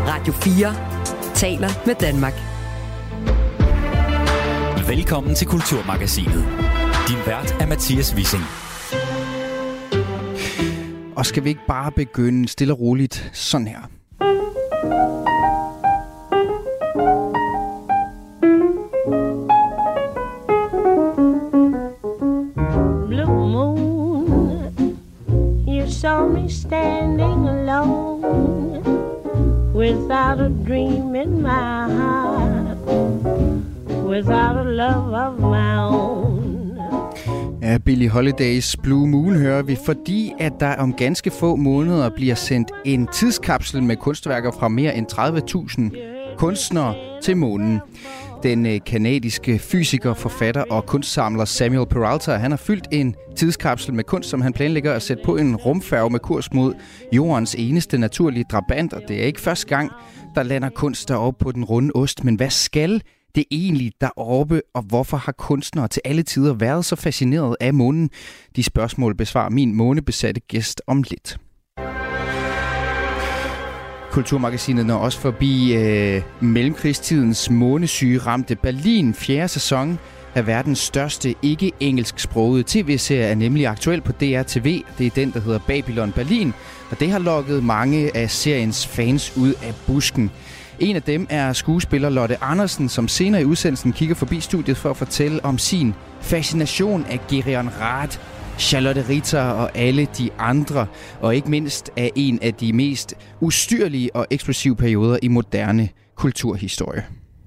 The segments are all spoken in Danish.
Radio 4 taler med Danmark. Velkommen til Kulturmagasinet. Din vært er Mathias Wissing. Og skal vi ikke bare begynde stille og roligt sådan her? Blue moon, you saw me standing alone, without a dream in my heart, without a love of my own. Ja, Billie Holidays Blue Moon hører vi, fordi at der om ganske få måneder bliver sendt en tidskapsel med kunstværker fra mere end 30.000 kunstnere til månen. Den kanadiske fysiker, forfatter og kunstsamler Samuel Peralta, han har fyldt en tidskapsel med kunst, som han planlægger at sætte på en rumfærge med kurs mod jordens eneste naturlige drabant. Og det er ikke første gang, der lander kunst deroppe på den runde ost. Men hvad skal det egentlig deroppe, og hvorfor har kunstnere til alle tider været så fascineret af månen? De spørgsmål besvarer min månebesatte gæst om lidt. Kulturmagasinet når også forbi mellemkrigstidens månesyge-ramte Berlin. 4. sæson af verdens største ikke-engelsksprogede tv-serie er nemlig aktuel på DR-TV. Det er den, der hedder Babylon Berlin, og det har lokket mange af seriens fans ud af busken. En af dem er skuespiller Lotte Andersen, som senere i udsendelsen kigger forbi studiet for at fortælle om sin fascination af Gereon Rath, Charlotte Ritter og alle de andre, og ikke mindst af en af de mest ustyrlige og eksplosive perioder i moderne kulturhistorie.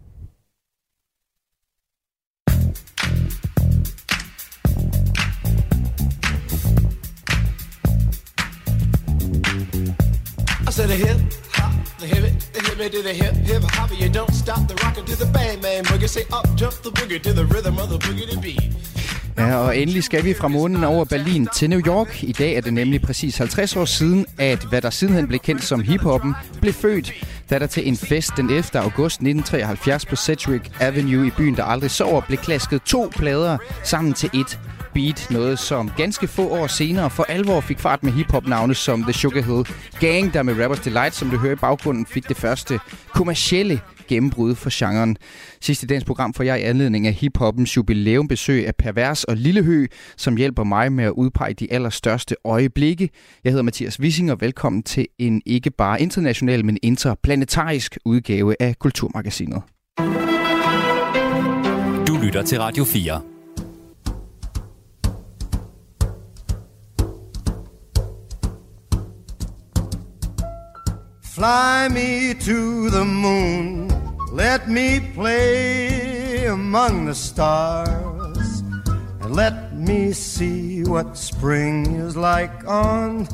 I said a hip hop, the hip it, the hip it to the hip hip hop. You don't stop the rocket to the bang bang boogie. Say up jump the boogie to the rhythm of the boogie to beat. Ja, og endelig skal vi fra månen over Berlin til New York. I dag er det nemlig præcis 50 år siden, at hvad der sidenhen blev kendt som hiphoppen, blev født, da der til en fest den 11. august 1973 på Sedgwick Avenue i byen, der aldrig sover, blev klasket 2 plader sammen til et beat. Noget, som ganske få år senere for alvor fik fart med hiphop-navne som The Sugar Hill Gang, der med Rappers Delight, som du hører i baggrunden, fik det første kommercielle gennembrud for genren. Sidst i dagens program får jeg i anledning af hiphoppens jubileumbesøg af Pervers og Lillehøg, som hjælper mig med at udpege de allerstørste øjeblikke. Jeg hedder Mathias Wissing, og velkommen til en ikke bare international, men interplanetarisk udgave af Kulturmagasinet. Du lytter til Radio 4. Fly me to the moon, let me play among the stars, and let me see what spring is like on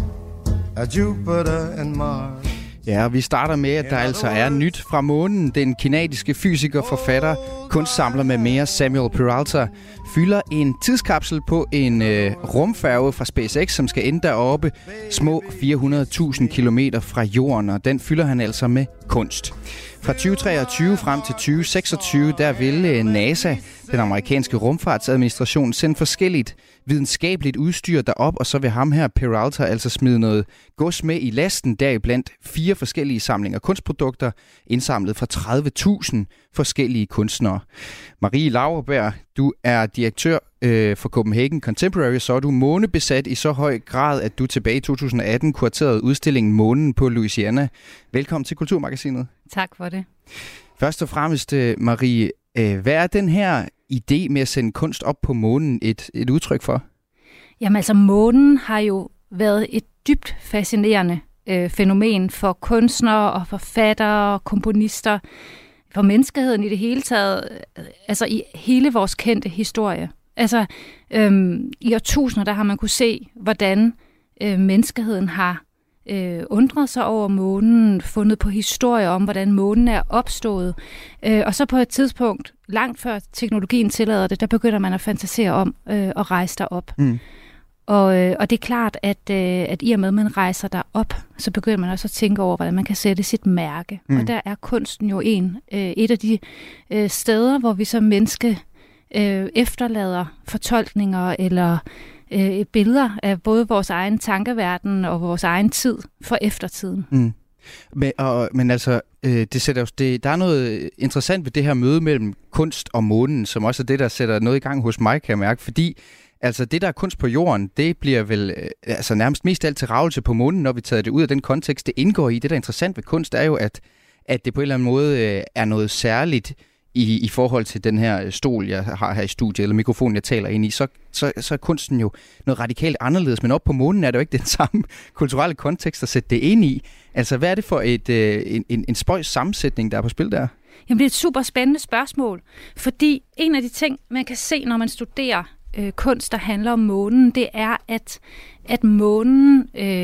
Jupiter and Mars. Ja, vi starter med, at der altså er nyt fra månen. Den kinesiske fysiker, forfatter, kunstsamler med mere Samuel Peralta fylder en tidskapsel på en rumfærge fra SpaceX, som skal ende deroppe små 400.000 kilometer fra jorden, og den fylder han altså med kunst. Fra 2023 frem til 2026, der vil NASA, den amerikanske rumfartsadministration, sende forskelligt videnskabeligt udstyr derop, og så vil ham her, Peralta, altså smide noget gods med i lasten, deriblandt 4 forskellige samlinger kunstprodukter, indsamlet fra 30.000 forskellige kunstnere. Marie Lauerberg, du er direktør for Copenhagen Contemporary, så er du månebesat i så høj grad, at du tilbage i 2018 kuraterede udstillingen Månen på Louisiana. Velkommen til Kulturmagasinet. Tak for det. Først og fremmest, Marie, hvad er den her idé med at sende kunst op på månen et udtryk for? Jamen altså, månen har jo været et dybt fascinerende fænomen for kunstnere og forfattere og komponister, for menneskeheden i det hele taget, altså i hele vores kendte historie. Altså i årtusinder, der har man kunne se, hvordan menneskeheden har undret sig over månen, fundet på historier om, hvordan månen er opstået. Og så på et tidspunkt, langt før teknologien tillader det, der begynder man at fantasere om at rejse derop. Mm. Og det er klart, at i og med, at man rejser derop, så begynder man også at tænke over, hvordan man kan sætte sit mærke. Mm. Og der er kunsten jo et af de steder, hvor vi som menneske efterlader fortolkninger eller billeder af både vores egen tankeverden og vores egen tid for eftertiden. Mm. Men altså, der er noget interessant ved det her møde mellem kunst og månen, som også er det, der sætter noget i gang hos mig, kan jeg mærke, fordi altså det, der er kunst på jorden, det bliver vel altså nærmest mest alt til ravelse på månen, når vi tager det ud af den kontekst, det indgår i. Det, der er interessant ved kunst, er jo, at det på en eller anden måde er noget særligt i forhold til den her stol, jeg har her i studiet, eller mikrofonen, jeg taler ind i, så er kunsten jo noget radikalt anderledes. Men op på månen er det jo ikke den samme kulturelle kontekst at sætte det ind i. Altså, hvad er det for en spøjs sammensætning, der er på spil der? Jamen, det er et super spændende spørgsmål, fordi en af de ting, man kan se, når man studerer kunst, der handler om månen, det er, at månen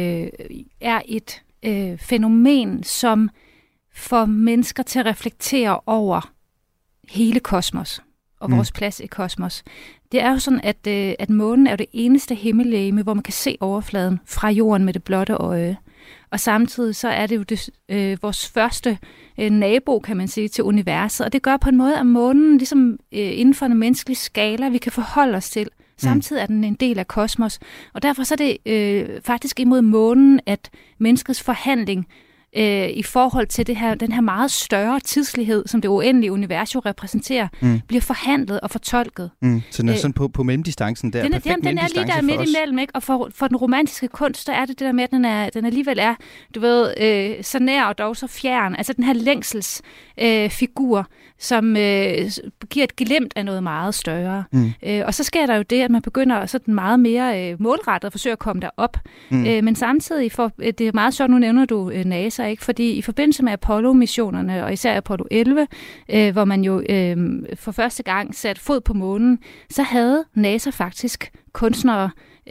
er et fænomen, som får mennesker til at reflektere over hele kosmos og vores plads i kosmos. Det er jo sådan, at månen er jo det eneste himmellegeme, hvor man kan se overfladen fra jorden med det blotte øje. Og samtidig så er det jo vores første nabo, kan man sige, til universet. Og det gør på en måde, at månen ligesom inden for en menneskelig skala, vi kan forholde os til. Samtidig er den en del af kosmos. Og derfor så er det faktisk imod månen, at menneskets forhandling i forhold til den her meget større tidslighed, som det uendelige univers jo repræsenterer, bliver forhandlet og fortolket. Så den er sådan på mellemdistancen der. Den er lige der midt imellem, ikke? Og for den romantiske kunst, så er det der med, at den alligevel er, du ved, så nær og dog så fjern. Altså den her længselsfigur, som giver et glimt af noget meget større. Og så sker der jo det, at man begynder sådan meget mere målrettet at forsøge at komme derop. Men samtidig, det er meget sjovt, nu nævner du NASA, ikke? Fordi i forbindelse med Apollo-missionerne, og især Apollo 11, hvor man jo for første gang satte fod på månen, så havde NASA faktisk kunstnere,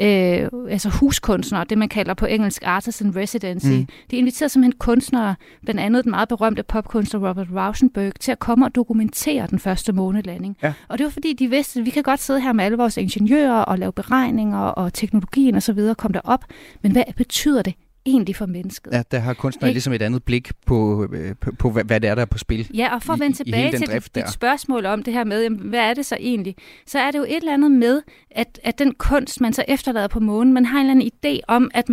altså huskunstnere, det man kalder på engelsk artisan residency. De inviterede simpelthen kunstnere, blandt andet den meget berømte popkunstner Robert Rauschenberg, til at komme og dokumentere den første månelanding. Ja. Og det var fordi, de vidste, at vi kan godt sidde her med alle vores ingeniører og lave beregninger og teknologien osv. og komme derop, men hvad betyder det egentlig for mennesket? Ja, der har kunstnere ligesom et andet blik på hvad det er, der er på spil. Ja, og for at vende tilbage til dit spørgsmål om det her med, jamen, hvad er det så egentlig? Så er det jo et eller andet med, at den kunst, man så efterlader på månen, man har en eller anden idé om, at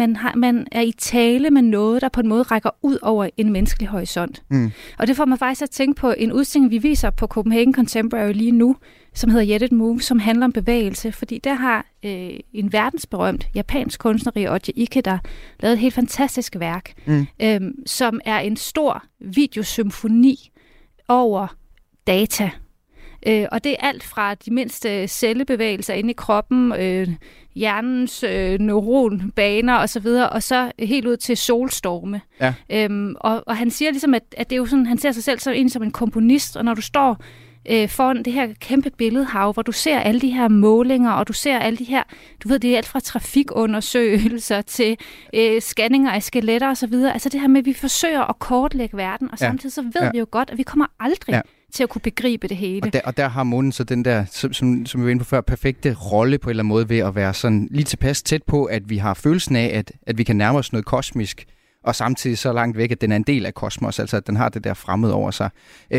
man er i tale med noget, der på en måde rækker ud over en menneskelig horisont. Og det får man faktisk at tænke på en udstilling, vi viser på Copenhagen Contemporary lige nu, som hedder Yet It Move, som handler om bevægelse, fordi der har en verdensberømt japansk kunstner, Ryoji Ikeda, lavet et helt fantastisk værk, som er en stor videosymfoni over data. Og det er alt fra de mindste cellebevægelser inde i kroppen, hjernens neuronbaner osv., og så helt ud til solstorme. Ja. Og han siger ligesom, at det er jo sådan, han ser sig selv som en komponist, og når du står foran det her kæmpe billedhav, hvor du ser alle de her målinger, og du ser alle de her, du ved, det er alt fra trafikundersøgelser til scanninger af skeletter og så videre. Altså det her med, at vi forsøger at kortlægge verden, og samtidig så ved vi jo godt, at vi kommer aldrig til at kunne begribe det hele. Og der har månen så den der, som vi var inde på før, perfekte rolle på en eller anden måde ved at være sådan lige tilpas tæt på, at vi har følelsen af, at vi kan nærme os noget kosmisk, og samtidig så langt væk, at den er en del af kosmos, altså at den har det der fremmede over sig.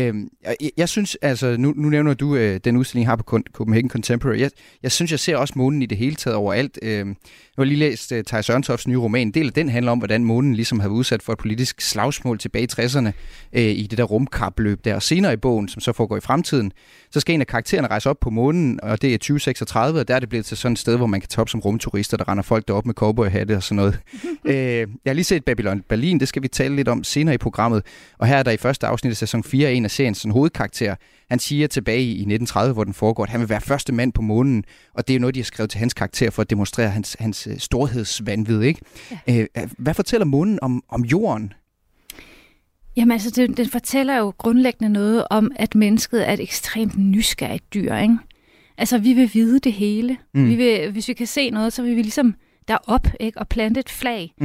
Jeg synes, altså nu nævner du den udstilling, jeg har på Copenhagen Contemporary. Jeg synes, jeg ser også månen i det hele taget overalt. Jeg har lige læst Theis Ørntofts nye roman. En del af den handler om, hvordan månen ligesom har været udsat for et politisk slagsmål tilbage i 60'erne i det der rumkapløb der. Og senere i bogen, som så foregår i fremtiden, så skal en af karaktererne rejse op på månen, og det er 2036, og der er det blevet til sådan et sted, hvor man kan tage op som rumturister, der render folk derop med cowboyhatte og sådan noget. Jeg har lige set Babylon Berlin, det skal vi tale lidt om senere i programmet. Og her er der i første afsnit af sæson 4 en af seriens hovedkarakter. Han siger tilbage i 1930, hvor den foregår, at han vil være første mand på månen, og det er jo noget, de har skrevet til hans karakter for at demonstrere hans storhedsvanvid, ikke? Ja. Hvad fortæller månen om jorden? Jamen altså, den fortæller jo grundlæggende noget om, at mennesket er et ekstremt nysgerrigt dyr, ikke? Altså, vi vil vide det hele. Hvis vi kan se noget, så vil vi ligesom derop, ikke, og plante et flag.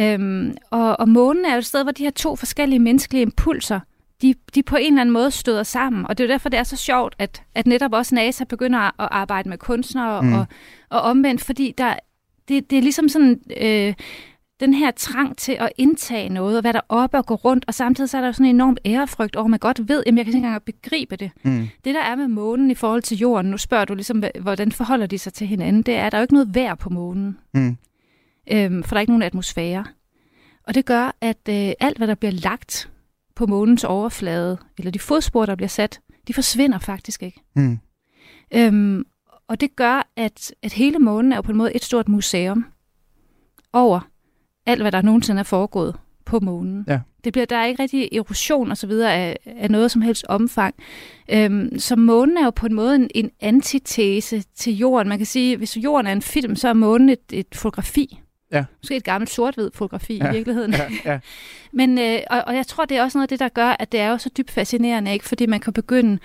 Og månen er jo et sted, hvor de her to forskellige menneskelige impulser, de på en eller anden måde støder sammen. Og det er jo derfor, det er så sjovt, at netop også NASA begynder at arbejde med kunstnere og omvendt, fordi det er ligesom sådan den her trang til at indtage noget, og være deroppe og gå rundt, og samtidig så er der jo sådan en enormt ærefrygt over, at man godt ved, at jeg kan ikke engang begribe det. Det, der er med månen i forhold til jorden, nu spørger du ligesom, hvordan forholder de sig til hinanden, det er, at der er jo ikke noget vejr på månen. For der er ikke nogen atmosfære. Og det gør, at alt, hvad der bliver lagt på månens overflade, eller de fodspor, der bliver sat, de forsvinder faktisk ikke. Og det gør, at hele månen er jo på en måde et stort museum over alt, hvad der nogensinde er foregået på månen. Ja. Der er ikke rigtig erosion og så videre af noget som helst omfang. Så månen er jo på en måde en antitese til jorden. Man kan sige, at hvis jorden er en film, så er månen et fotografi. Ja. Måske et gammelt sort-hvid fotografi i virkeligheden. Ja. Men, og jeg tror, det er også noget af det, der gør, at det er jo så dybt fascinerende, ikke? Fordi man kan begynde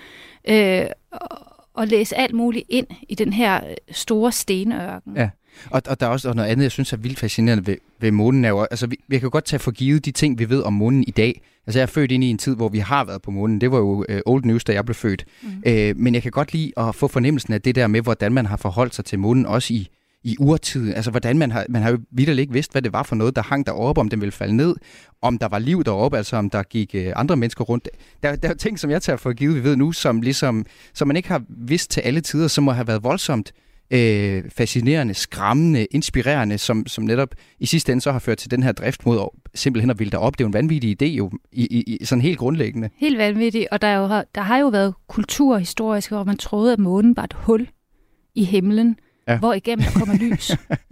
at læse alt muligt ind i den her store stenørken. Ja. Og der er også noget andet, jeg synes er vildt fascinerende ved månen. Altså, vi kan godt tage for givet de ting, vi ved om månen i dag. Altså, jeg er født ind i en tid, hvor vi har været på månen. Det var jo old news, da jeg blev født. Men jeg kan godt lide at få fornemmelsen af det der med, hvordan man har forholdt sig til månen, også i urtiden. Altså, hvordan man har jo vitterligt ikke vidst, hvad det var for noget, der hang deroppe, om den ville falde ned, om der var liv deroppe, altså om der gik andre mennesker rundt. Der er ting, som jeg tager for givet, vi ved nu, som man ikke har vidst til alle tider, som må have været voldsomt fascinerende, skræmmende, inspirerende, som netop i sidste ende så har ført til den her drift mod simpelthen at ville derop. Det er jo en vanvittig idé, jo, i sådan helt grundlæggende. Helt vanvittigt, og der har jo været kulturhistorisk, hvor man troede, at månen var et hul i himlen, hvor igennem der kommer lys.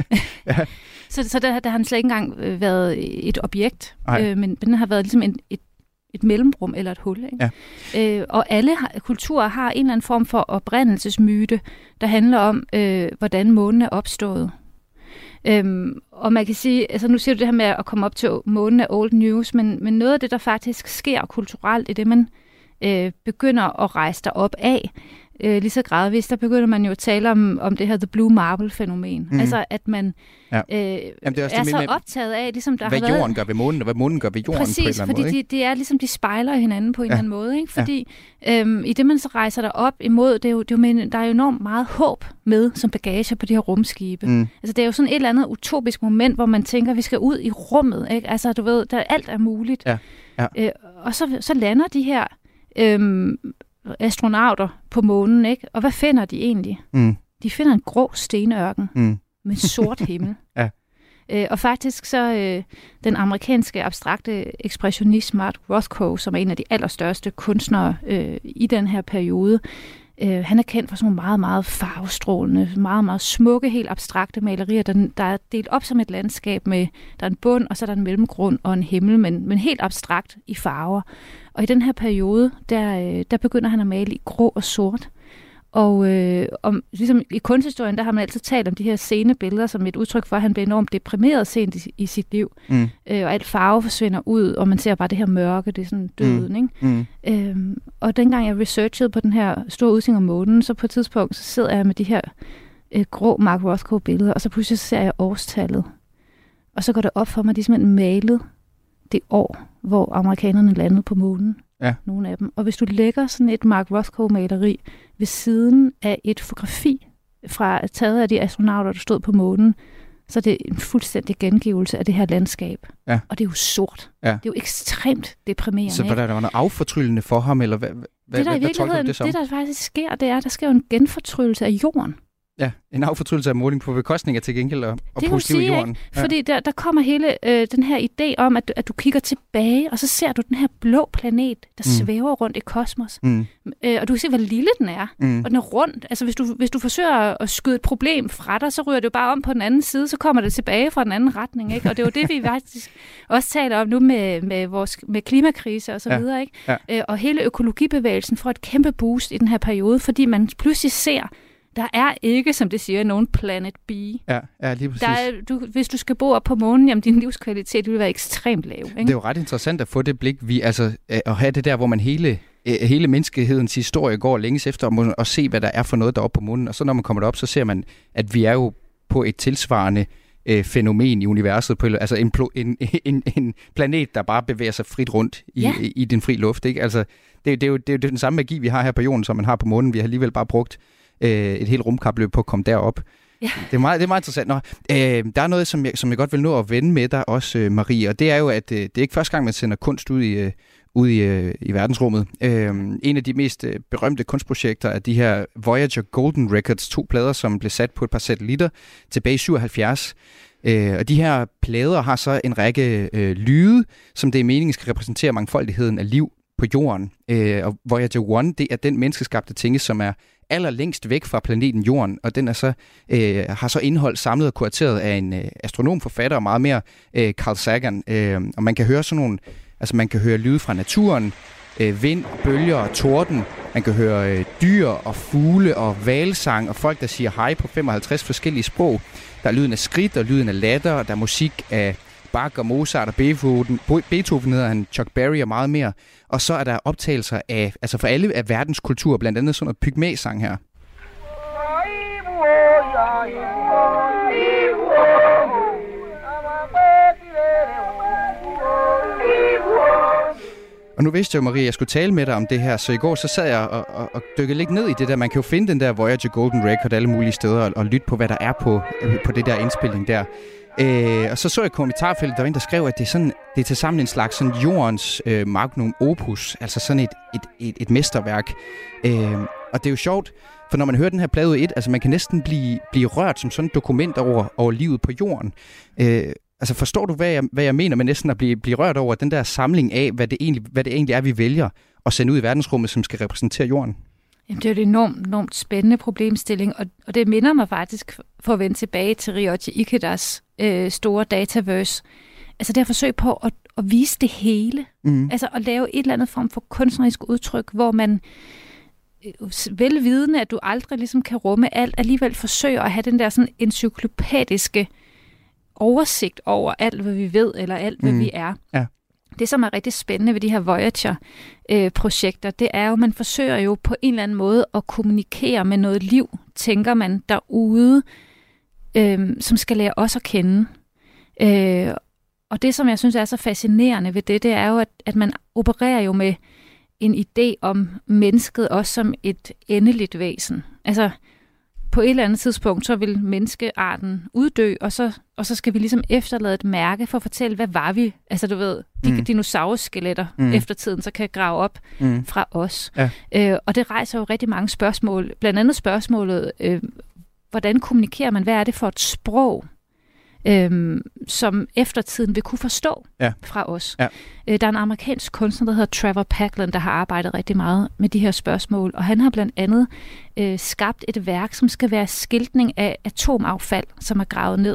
Så der har den slet ikke engang været et objekt, men den har været ligesom et mellemrum eller et hul. Ikke? Ja. Og alle kulturer har en eller anden form for oprindelsesmyte, der handler om, hvordan månen er opstået. Og man kan sige, altså nu siger du det her med at komme op til månen er old news, men noget af det, der faktisk sker kulturelt, i det man begynder at rejse derop af, lige så gradvist, der begynder man jo at tale om det her The Blue Marble-fænomen. Altså, at man er så optaget af, ligesom der hvad har været... jorden gør ved månen, og hvad månen gør ved jorden. Præcis, på en eller anden måde, fordi det er ligesom, de spejler hinanden på en eller anden måde. Ikke? Fordi i det, man så rejser derop imod, der er jo enormt meget håb med som bagage på de her rumskibe. Altså, det er jo sådan et eller andet utopisk moment, hvor man tænker, vi skal ud i rummet. Ikke? Altså, du ved, alt er muligt. Og så lander de her... astronauter på månen, ikke? Og hvad finder de egentlig? De finder en grå stenørken med sort himmel. Og faktisk så den amerikanske abstrakte ekspressionist Mark Rothko, som er en af de allerstørste kunstnere i den her periode, han er kendt for sådan nogle meget, meget farvestrålende, meget, meget smukke, helt abstrakte malerier, der er delt op som et landskab med, der er en bund, og så er der en mellemgrund og en himmel, men helt abstrakt i farver. Og i den her periode, der begynder han at male i grå og sort. Og ligesom i kunsthistorien, der har man altid talt om de her scenebilleder som et udtryk for, at han blev enormt deprimeret sent i sit liv. Og alt farve forsvinder ud, og man ser bare det her mørke, det er sådan døden. Ikke? Og dengang jeg researchede på den her store udstilling om månen, så på et tidspunkt, så sidder jeg med de her grå Mark Rothko-billeder, og så pludselig ser jeg årstallet. Og så går det op for mig, at de simpelthen malet det år, hvor amerikanerne landede på månen. Ja. Nogle af dem. Og hvis du lægger sådan et Mark Rothko-maleri ved siden af et fotografi taget af de astronauter, der stod på månen, så er det en fuldstændig gengivelse af det her landskab. Ja. Og det er jo sort. Ja. Det er jo ekstremt deprimerende. Så der var noget affortryllende for ham, eller hvad der i virkeligheden, det der faktisk sker, det er, at der sker jo en genfortryllelse af jorden. Ja, en affortryllelse af månen på bekostning af til gengæld og positiv i jorden. Ja. Fordi der kommer hele den her idé om, at du kigger tilbage, og så ser du den her blå planet, der svæver rundt i kosmos. Og du kan se, hvor lille den er. Og den er rundt. Altså, hvis du forsøger at skyde et problem fra dig, så ryger det jo bare om på den anden side, så kommer det tilbage fra den anden retning. Ikke? Og det er jo det, vi faktisk også taler om nu med klimakrise og så videre. Ikke? Ja. Og hele økologibevægelsen får et kæmpe boost i den her periode, fordi man pludselig ser, der er ikke, som det siger, nogen planet B. Ja, lige præcis. Hvis du skal bo op på månen, jamen din livskvalitet vil være ekstremt lav. Ikke? Det er jo ret interessant at få det blik, at have det der, hvor man hele menneskehedens historie går længes efter at se, hvad der er for noget deroppe på månen. Og så når man kommer derop, så ser man, at vi er jo på et tilsvarende fænomen i universet, altså en planet, der bare bevæger sig frit rundt i den fri luft. Ikke? Altså, det er jo den samme magi, vi har her på jorden, som man har på månen. Vi har alligevel bare brugt et helt rumkapløb på at komme derop. Ja. Det er meget interessant. Der er noget, som jeg godt vil nå at vende med dig også, Marie, og det er jo, at det er ikke første gang, man sender kunst ud i verdensrummet. En af de mest berømte kunstprojekter er de her Voyager Golden Records, 2 plader, som blev sat på et par satellitter tilbage i 77. Og de her plader har så en række lyde, som det er meningen skal repræsentere mangfoldigheden af liv på jorden. Og Voyager 1, det er den menneskeskabte ting, som er allerlængst væk fra planeten Jorden, og den er så, har så indhold samlet og kurateret af en astronom, forfatter og meget mere Carl Sagan. Og man kan høre sådan nogle, altså man kan høre lyde fra naturen, vind, bølger og torden. Man kan høre dyr og fugle og hvalsang og folk, der siger hej på 55 forskellige sprog. Der er lyden af skridt og lyden af latter, og der er musik af Bach og Mozart og Beethoven hedder han, Chuck Berry og meget mere. Og så er der optagelser af, altså for alle af verdens kultur, blandt andet sådan noget pygmæ-sang her. Og nu vidste jeg jo, Marie, at jeg skulle tale med dig om det her, så i går så sad jeg og dykkede lidt ned i det der. Man kan jo finde den der Voyager Golden Record alle mulige steder og lytte på, hvad der er på det der indspilning der. Og så jeg kommentarfeltet, der var en, der skrev, at det er til sammen en slags sådan jordens magnum opus, altså sådan et mesterværk. Og det er jo sjovt, for når man hører den her plade 1, altså man kan næsten blive rørt som sådan et dokument over livet på jorden. Altså forstår du, hvad jeg mener med næsten at blive rørt over den der samling af, hvad det egentlig er, vi vælger at sende ud i verdensrummet, som skal repræsentere jorden? Jamen, det er jo en enormt spændende problemstilling, og det minder mig faktisk, for at vende tilbage til Ryoji Ikedas store dataverse. Altså det her forsøg på at vise det hele. Altså at lave et eller andet form for kunstnerisk udtryk, hvor man velvidende, at du aldrig ligesom kan rumme alt, alligevel forsøger at have den der sådan encyklopædiske oversigt over alt, hvad vi ved, eller alt, hvad vi er. Ja. Det, som er rigtig spændende ved de her Voyager-projekter, det er jo, man forsøger jo på en eller anden måde at kommunikere med noget liv, tænker man derude, som skal lære os at kende. Og det, som jeg synes er så fascinerende ved det er jo, at man opererer jo med en idé om mennesket også som et endeligt væsen. Altså, på et eller andet tidspunkt, så vil menneskearten uddø, og så skal vi ligesom efterlade et mærke for at fortælle, hvad var vi? Altså du ved, de dinosaurskeletter efter tiden, så kan grave op fra os. Ja. Og det rejser jo rigtig mange spørgsmål. Blandt andet spørgsmålet, hvordan kommunikerer man? Hvad er det for et sprog, som eftertiden vil kunne forstå fra os? Ja. Der er en amerikansk kunstner, der hedder Trevor Paglen, der har arbejdet rigtig meget med de her spørgsmål, og han har blandt andet skabt et værk, som skal være skiltning af atomaffald, som er gravet ned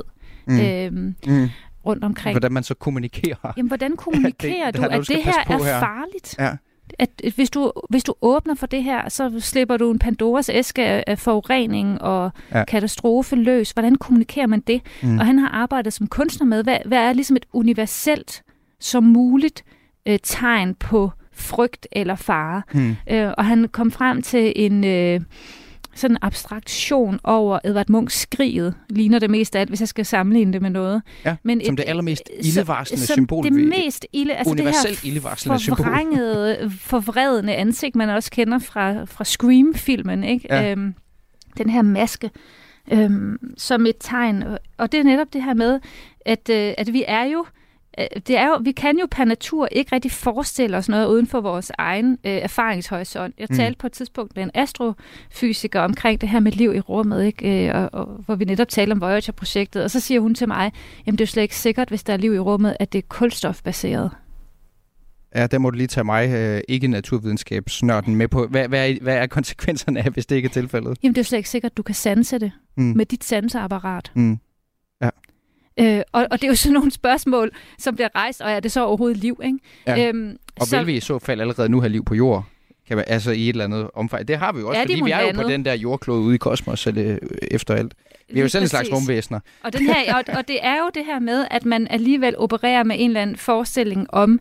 rundt omkring. Hvordan man så kommunikerer. Jamen, hvordan kommunikerer du, at det her er farligt? Ja. At hvis du åbner for det her, så slipper du en Pandoras æske af forurening og katastrofe løs. Hvordan kommunikerer man det? Og han har arbejdet som kunstner med, hvad er ligesom et universelt som muligt tegn på frygt eller fare. Og han kom frem til en sådan en abstraktion over Edvard Munchs Skriget, ligner det mest af alt, hvis jeg skal sammenligne det med noget. Ja, men som det allermest ildevarslende symbol. Det mest universelt ildevarslende symbol. Forvrængede, forvredende ansigt, man også kender fra Scream-filmen, ikke? Ja. Den her maske, som et tegn. Og det er netop det her med, at vi er jo vi kan jo per natur ikke rigtig forestille os noget uden for vores egen erfaringshorisont. Jeg talte på et tidspunkt med en astrofysiker omkring det her med liv i rummet, ikke? Og hvor vi netop talte om Voyager-projektet, og så siger hun til mig, jamen det er jo slet ikke sikkert, hvis der er liv i rummet, at det er kulstofbaseret. Ja, der må du lige tage mig, ikke naturvidenskabsnørden, med på. Hvad er konsekvenserne af, hvis det ikke er tilfældet? Jamen det er jo slet ikke sikkert, at du kan sanse det med dit sanseapparat. Ja. Og det er jo sådan nogle spørgsmål, som bliver rejst, og er det så overhovedet liv, ikke? Ja. Og vil vi i så fald allerede nu have liv på jord? Kan man, altså i et eller andet omfang. Det har vi jo også, fordi vi er jo på den der jordklode ude i kosmos, efter alt. Vi er jo selv en slags rumvæsener. Og det er jo det her med, at man alligevel opererer med en eller anden forestilling om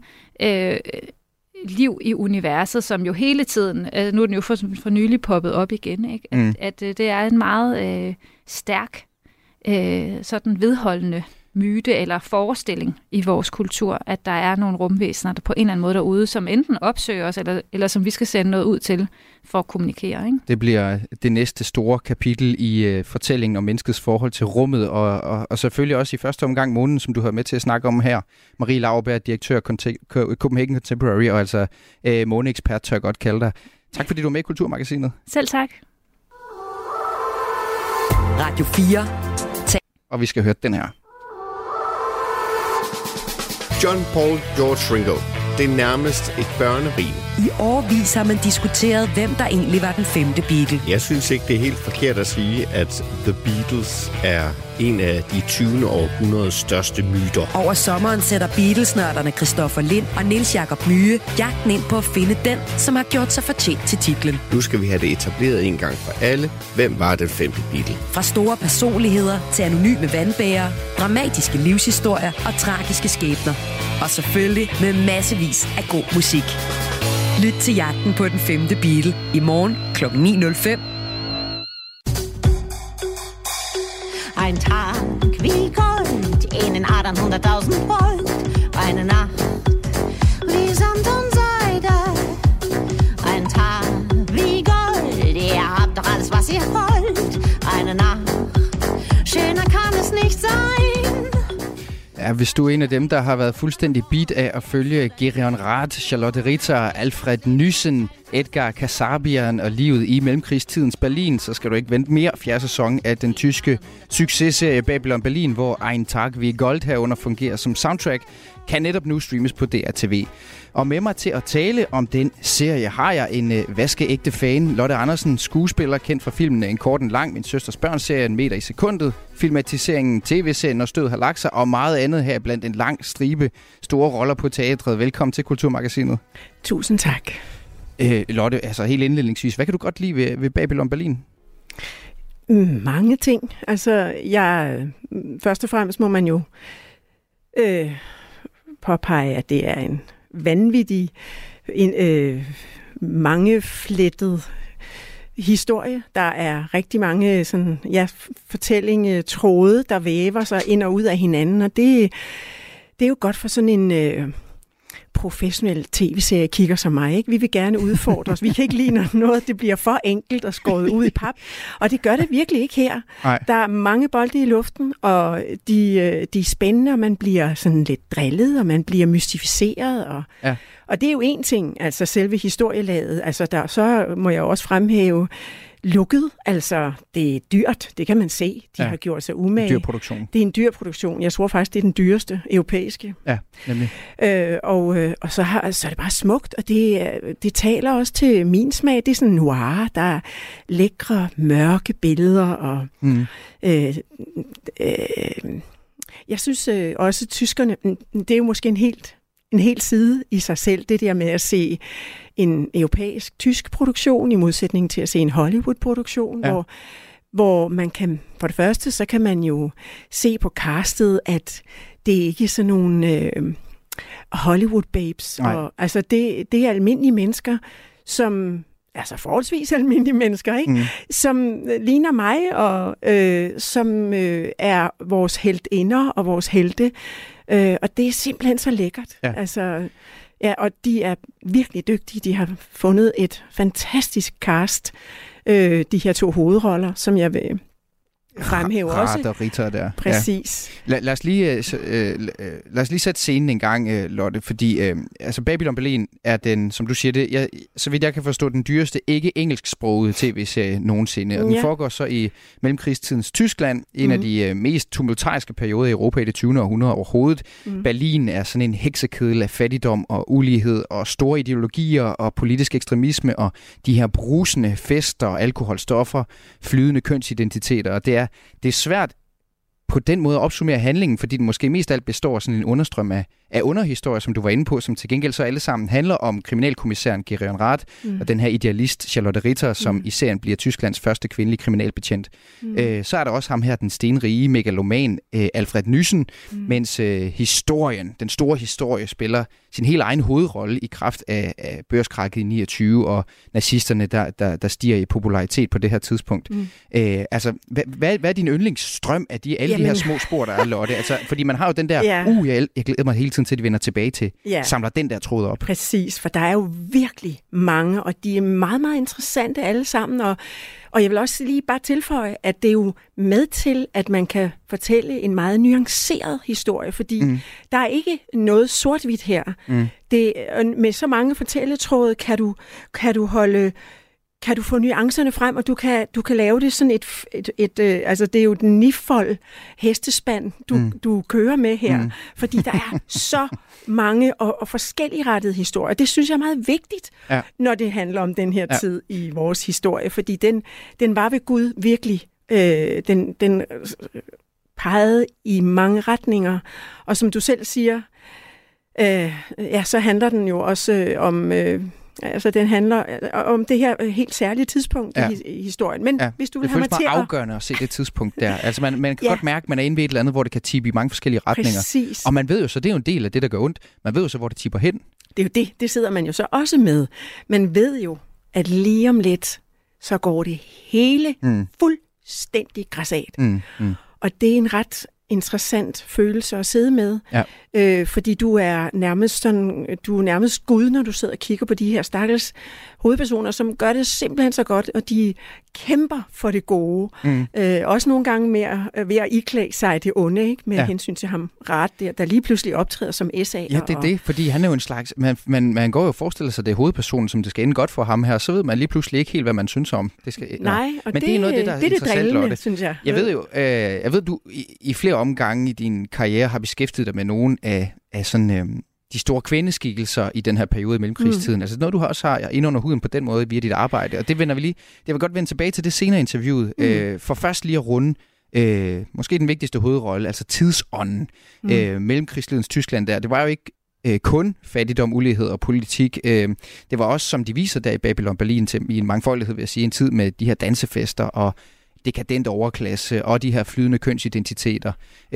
liv i universet, som jo hele tiden, nu er den jo for nylig poppet op igen, ikke? At det er en meget stærk sådan vedholdende myte eller forestilling i vores kultur, at der er nogle rumvæsener, der på en eller anden måde derude, som enten opsøger os, eller som vi skal sende noget ud til for at kommunikere. Ikke? Det bliver det næste store kapitel i fortællingen om menneskets forhold til rummet, og selvfølgelig også i første omgang måneden, som du har med til at snakke om her. Marie Lauerberg, direktør Copenhagen Contemporary, og altså måneekspert, tør jeg godt kalde dig. Tak fordi du er med i Kulturmagasinet. Selv tak. Radio 4. Og vi skal høre den her. John Paul George Ringo. Det er nærmest et børnerim. I årevis har man diskuteret, hvem der egentlig var den femte Beatle. Jeg synes ikke, det er helt forkert at sige, at The Beatles er en af de 20. århundredes største myter. Over sommeren sætter Beatles-nørderne Christoffer Lind og Niels Jakob Myhe jagten ind på at finde den, som har gjort sig fortjent til titlen. Nu skal vi have det etableret en gang for alle. Hvem var den femte Beatle? Fra store personligheder til anonyme vandbærere, dramatiske livshistorier og tragiske skæbner. Og selvfølgelig med massevis af god musik. Lyt til jagten på den femte Beatle i morgen kl. 9.05. Ein Tag wie Gold in den 1800.000 Volt. Eine Nacht wie Samt und Seide. Ein Tag wie Gold, ihr habt doch alles, was ihr wollt. Eine Nacht, schöner kann es nicht sein. Ja, hvis du er en af dem, der har været fuldstændig beat af at følge Gereon Rath, Charlotte Ritter, Alfred Nyssen, Edgar Kasabian og livet i mellemkrigstidens Berlin, så skal du ikke vente mere. 4. sæson af den tyske successerie Babylon Berlin, hvor Ein Tag wie Gold herunder fungerer som soundtrack, kan netop nu streames på DRTV. Og med mig til at tale om den serie har jeg en vaskeægte fan, Lotte Andersen, skuespiller, kendt fra filmen En kort en lang, Min søsters børn-serie, En meter i sekundet, filmatiseringen, tv-serien Når stød har lagt sig, og meget andet her blandt en lang stribe store roller på teatret. Velkommen til Kulturmagasinet. Tusind tak. Lotte, altså helt indledningsvis, hvad kan du godt lide ved Babylon Berlin? Mange ting. Altså, først og fremmest må man jo påpege, at det er en vanvittig, mangeflettet historie. Der er rigtig mange sådan, fortællingetråde, der væver sig ind og ud af hinanden, og det er jo godt for sådan en professionel tv-serie kigger som mig, ikke? Vi vil gerne udfordre os. Vi kan ikke lide, når noget det bliver for enkelt og skåret ud i pap. Og det gør det virkelig ikke her. Nej. Der er mange bolde i luften, og de er spændende, og man bliver sådan lidt drillet, og man bliver mystificeret. Og det er jo en ting, altså selve historielaget. Altså så må jeg også fremhæve lukket, altså det er dyrt, det kan man se. De har gjort sig umage. En dyr produktion. Det er en dyr produktion. Jeg tror faktisk, det er den dyreste europæiske. Ja, nemlig. Og så er det bare smukt, og det taler også til min smag. Det er sådan noir, der er lækre, mørke billeder, og jeg synes også, tyskerne, det er jo måske en helt side i sig selv, det der med at se en europæisk-tysk produktion, i modsætning til at se en Hollywood-produktion, hvor man kan, for det første, så kan man jo se på castet, at det ikke er sådan nogle Hollywood-babes. Altså, det er almindelige mennesker, som altså forholdsvis almindelige mennesker, ikke? Som ligner mig, og som er vores heltinder og vores helte. Og det er simpelthen så lækkert. Ja. Altså, og de er virkelig dygtige. De har fundet et fantastisk cast, de her 2 hovedroller, som jeg vil fremhæve også. Rath og Ritter der. Præcis. Ja. Lad os lige sætte scenen en gang, Lotte, fordi altså Babylon Berlin er den, som du siger det, så vidt jeg kan forstå, den dyreste ikke-engelsksprogede tv-serie nogensinde. Og den foregår så i mellemkrigstidens Tyskland, en af de mest tumultariske perioder i Europa i det 20. århundrede overhovedet. Berlin er sådan en heksekedel af fattigdom og ulighed og store ideologier og politisk ekstremisme og de her brusende fester, alkoholstoffer, flydende kønsidentiteter, og det er svært på den måde at opsummere handlingen, fordi den måske mest alt består af sådan en understrøm af underhistorier, som du var inde på, som til gengæld så alle sammen handler om kriminalkommissæren Gereon Rath og den her idealist Charlotte Ritter, som i serien bliver Tysklands første kvindelige kriminalbetjent. Så er der også ham her, den stenrige megaloman Alfred Nyssen, mens den store historie spiller sin helt egen hovedrolle i kraft af børskrakket i 29 og nazisterne, der stiger i popularitet på det her tidspunkt. Altså, hvad er din yndlingsstrøm af alle de her små spor, der er, Lotte? Altså, fordi man har jo den der, jeg glæder mig hele tiden til, at de vender tilbage til, samler den der tråd op. Præcis, for der er jo virkelig mange, og de er meget, meget interessante alle sammen, og jeg vil også lige bare tilføje, at det er jo med til, at man kan fortælle en meget nuanceret historie, fordi der er ikke noget sort-hvidt her. Med så mange fortælletråde kan du få nuancerne frem, og du kan lave det sådan altså det er jo den nifold hestespand, du kører med her, fordi der er mange og forskelligrettede historier. Det synes jeg er meget vigtigt, når det handler om den her tid i vores historie, fordi den var ved Gud virkelig, den pegede i mange retninger, og som du selv siger, så handler den jo også om... den handler om det her helt særlige tidspunkt i historien. Men hvis du vil have mig til at... Det føles meget afgørende at se det tidspunkt der. Altså man kan godt mærke, at man er inde ved et eller andet, hvor det kan tippe i mange forskellige retninger. Præcis. Og man ved jo så, det er jo en del af det, der gør ondt. Man ved jo så, hvor det tipper hen. Det er jo det sidder man jo så også med. Man ved jo, at lige om lidt, så går det hele fuldstændig græsat. Og det er en ret interessant følelse at sidde med, fordi du er nærmest Gud, når du sidder og kigger på de her stakkels hovedpersoner, som gør det simpelthen så godt, og de kæmper for det gode. Også nogle gange ved at iklæde sig det onde, ikke? Med hensyn til ham Rat der lige pludselig optræder som SA. Ja, det er det, fordi han er jo en slags... Man går jo og forestiller sig, det er hovedpersonen, som det skal ende godt for ham her, så ved man lige pludselig ikke helt, hvad man synes om. Det skal, nej, og men det er noget af det, der er interessant, drillende, Lotte. synes jeg. Jeg ved, du i flere omgange i din karriere har beskæftiget dig med nogle af sådan... de store kvindeskikkelser i den her periode i mellemkrigstiden. Altså noget, du også har ind under huden på den måde via dit arbejde. Og det vender vi lige... Jeg vil godt vende tilbage til det senere interviewet. For først lige at runde måske den vigtigste hovedrolle, altså tidsånden. Mellemkrigstidens Tyskland der. Det var jo ikke kun fattigdom, ulighed og politik. Det var også, som de viser der i Babylon Berlin, i en mangfoldighed, vil jeg sige, en tid med de her dansefester og dekadent overklasse og de her flydende kønsidentiteter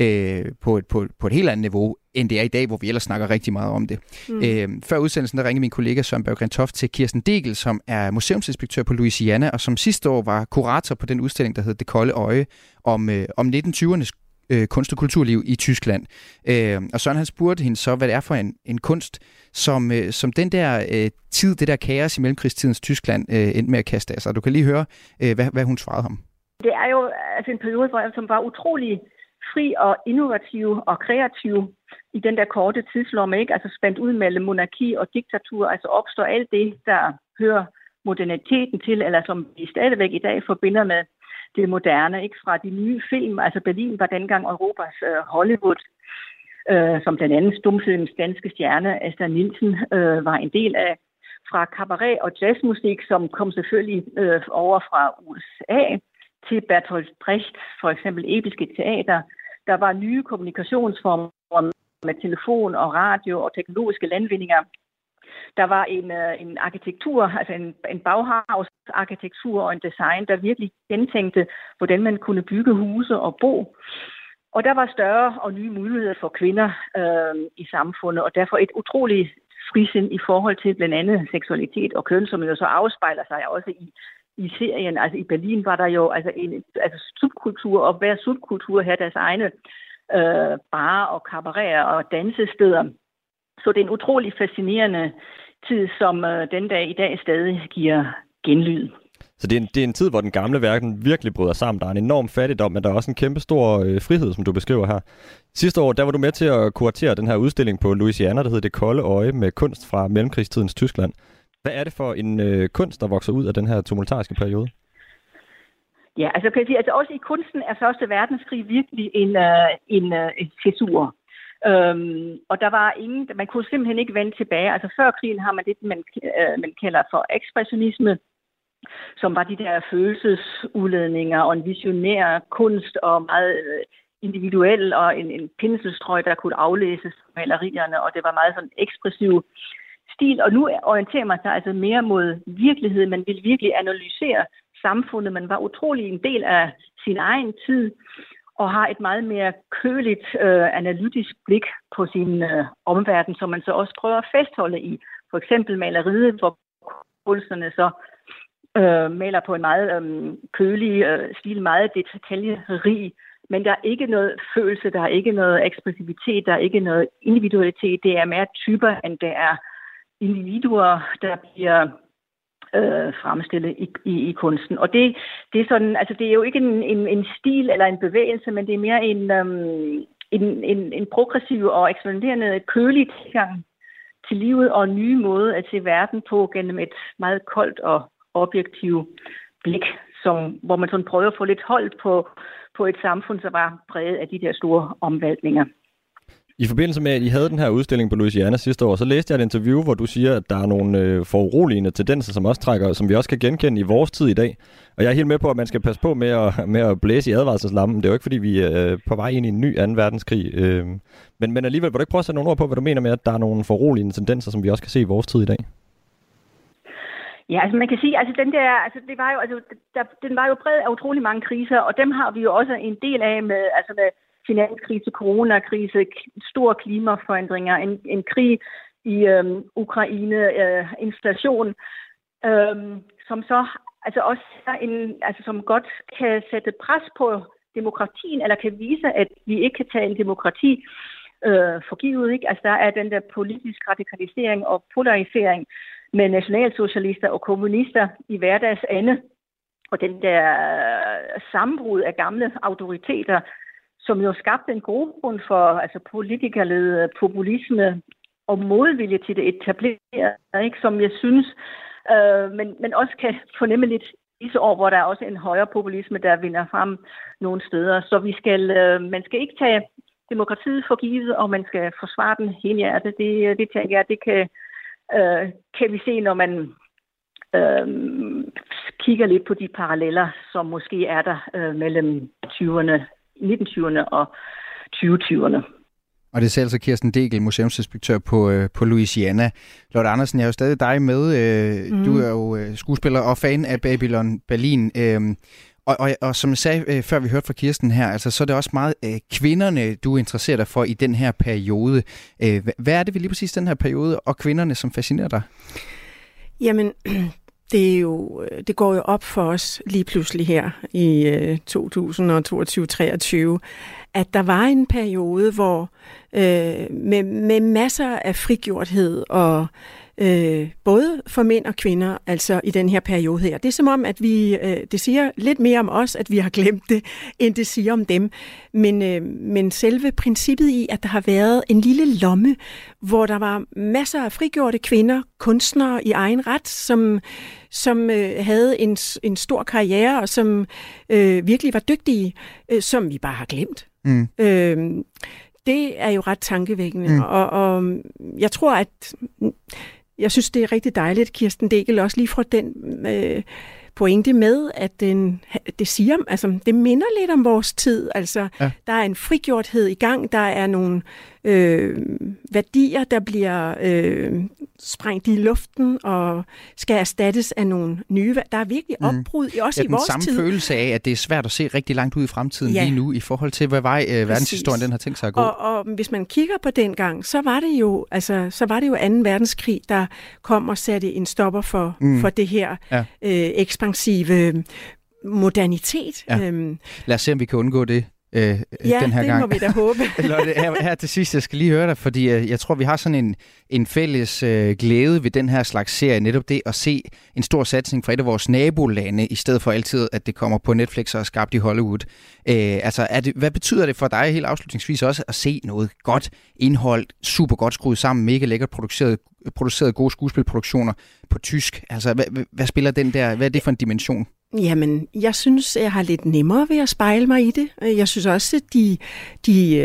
på et helt andet niveau, end det er i dag, hvor vi ellers snakker rigtig meget om det. Før udsendelsen, der ringede min kollega Søren Berggren Toft til Kirsten Degel, som er museumsinspektør på Louisiana, og som sidste år var kurator på den udstilling, der hed Det Kolde Øje, om 1920'ernes kunst- og kulturliv i Tyskland. Og Søren han spurgte hende så, hvad det er for en kunst, som den der tid, det der kaos i mellemkrigstidens Tyskland endte med at kaste af sig. Du kan lige høre, hvad hun svarede ham. Det er jo altså en periode, som var utrolig fri og innovativ og kreativ i den der korte tidslomme, ikke? Altså spændt ud mellem monarki og diktatur, altså opstår alt det, der hører moderniteten til, eller som vi stadigvæk i dag forbinder med det moderne, ikke? Fra de nye film, altså Berlin var dengang Europas Hollywood, som den anden stumfilms danske stjerne, Asta Nielsen, var en del af, fra cabaret og jazzmusik, som kom selvfølgelig over fra USA, til Bertolt Brecht, for eksempel episke teater. Der var nye kommunikationsformer med telefon og radio og teknologiske landvindinger. Der var en arkitektur, altså en Bauhaus-arkitektur og en design, der virkelig gentænkte, hvordan man kunne bygge huse og bo. Og der var større og nye muligheder for kvinder i samfundet, og derfor et utroligt frisind i forhold til blandt andet seksualitet og køn, som jo så afspejler sig også i serien. Altså i Berlin var der jo altså subkultur, og hver subkultur havde deres egne barer og cabareter og dansesteder. Så det er en utrolig fascinerende tid, som den dag i dag stadig giver genlyd. Så det er en tid, hvor den gamle verden virkelig bryder sammen. Der er en enorm fattigdom, men der er også en kæmpe stor frihed, som du beskriver her. Sidste år, der var du med til at kuratere den her udstilling på Louisiana, der hedder Det Kolde Øje, med kunst fra mellemkrigstidens Tyskland. Hvad er det for en kunst, der vokser ud af den her tumultariske periode? Ja, altså kan jeg sige, altså også i kunsten er Første Verdenskrig virkelig en cæsur. Og der var man kunne simpelthen ikke vende tilbage. Altså før krigen har man det, man kalder for ekspressionisme, som var de der følelsesudledninger og en visionær kunst og meget individuel og en pinselstrøg, der kunne aflæses malerierne, og det var meget sådan ekspressiv stil. Og nu orienterer man sig altså mere mod virkeligheden. Man vil virkelig analysere samfundet. Man var utrolig en del af sin egen tid og har et meget mere køligt analytisk blik på sin omverden, som man så også prøver at fastholde i for eksempel maleriet, hvor kunstnerne så maler på en meget kølig stil, meget detaljerig, men der er ikke noget følelse, der er ikke noget ekspressivitet, der er ikke noget individualitet. Det er mere typer, end det er individuer, der bliver fremstillet i kunsten. Og det er sådan, altså det er jo ikke en stil eller en bevægelse, men det er mere en progressiv og eksperimenterende kølig tilgang til livet og en ny måde at se verden på gennem et meget koldt og objektivt blik, hvor man sådan prøver at få lidt hold på et samfund, som var præget af de der store omvæltninger. I forbindelse med, at I havde den her udstilling på Louisiana sidste år, så læste jeg et interview, hvor du siger, at der er nogle foruroligende tendenser, som vi også kan genkende i vores tid i dag. Og jeg er helt med på, at man skal passe på med at blæse i advarselslampen. Det er jo ikke, fordi vi er på vej ind i en ny 2. verdenskrig. Men alligevel, vil du ikke prøve at sætte nogle ord på, hvad du mener med, at der er nogle foruroligende tendenser, som vi også kan se i vores tid i dag? Ja, altså man kan sige, den var jo præget af utrolig mange kriser, og dem har vi jo også en del af med finanskrise, coronakrise, store klimaforandringer, en krig i Ukraine, inflation, som så også som godt kan sætte pres på demokratien, eller kan vise, at vi ikke kan tage en demokrati for givet, ikke? Altså der er den der politisk radikalisering og polarisering med nationalsocialister og kommunister i hverdagsende, og den der sammenbrud af gamle autoriteter, som jo skabte en grobund for politikerlede populisme og modvilje til det etablerede, ikke? Som jeg synes, men også kan fornemme lidt disse år, hvor der er også en højere populisme, der vinder frem nogle steder. Så man skal ikke tage demokratiet for givet, og man skal forsvare den helhjertet. Det tænker jeg, det kan vi se, når man kigger lidt på de paralleller, som måske er der mellem 1920'erne og 2020'erne. Og det er altså Kirsten Degel, museumsinspektør på Louisiana. Lotte Andersen, jeg er jo stadig dig med. Du er jo skuespiller og fan af Babylon Berlin. Og som jeg sagde, før vi hørte fra Kirsten her, så er det også meget kvinderne, du interesserer dig for i den her periode. Hvad er det ved lige præcis den her periode og kvinderne, som fascinerer dig? Jamen, det går jo op for os lige pludselig her i 2022-23, at der var en periode, hvor med masser af frigjorthed og både for mænd og kvinder, altså i den her periode her. Det er som om, at det siger lidt mere om os, at vi har glemt det, end det siger om dem. Men selve princippet i, at der har været en lille lomme, hvor der var masser af frigjorte kvinder, kunstnere i egen ret, som havde en stor karriere, og som virkelig var dygtige, som vi bare har glemt. Det er jo ret tankevækkende, og jeg tror, at jeg synes, det er rigtig dejligt, at Kirsten Degel også lige får den pointe med, at det siger, det minder lidt om vores tid. Der er en frigjorthed i gang, der er nogle værdier, der bliver sprængt i luften og skal erstattes af nogle nye. Der er virkelig opbrud også i vores tid. Den samme følelse af, at det er svært at se rigtig langt ud i fremtiden lige nu, i forhold til, hvad vej verdenshistorien den har tænkt sig at gå. Og hvis man kigger på den gang, så var det jo 2. verdenskrig, der kom og satte en stopper for det her ekspansive modernitet. Ja. Lad os se, om vi kan undgå det. Den her gang. Må vi da håbe. Lotte, her til sidst, jeg skal lige høre dig, fordi jeg tror, vi har sådan en fælles glæde ved den her slags serie, netop det at se en stor satsning fra et af vores nabolande, i stedet for altid, at det kommer på Netflix og er skabt i Hollywood. Hvad betyder det for dig helt afslutningsvis også at se noget godt indhold, super godt skruet sammen, mega lækkert produceret gode skuespilproduktioner på tysk? Hvad spiller den der? Hvad er det for en dimension? Jamen, jeg synes, jeg har lidt nemmere ved at spejle mig i det. Jeg synes også, at de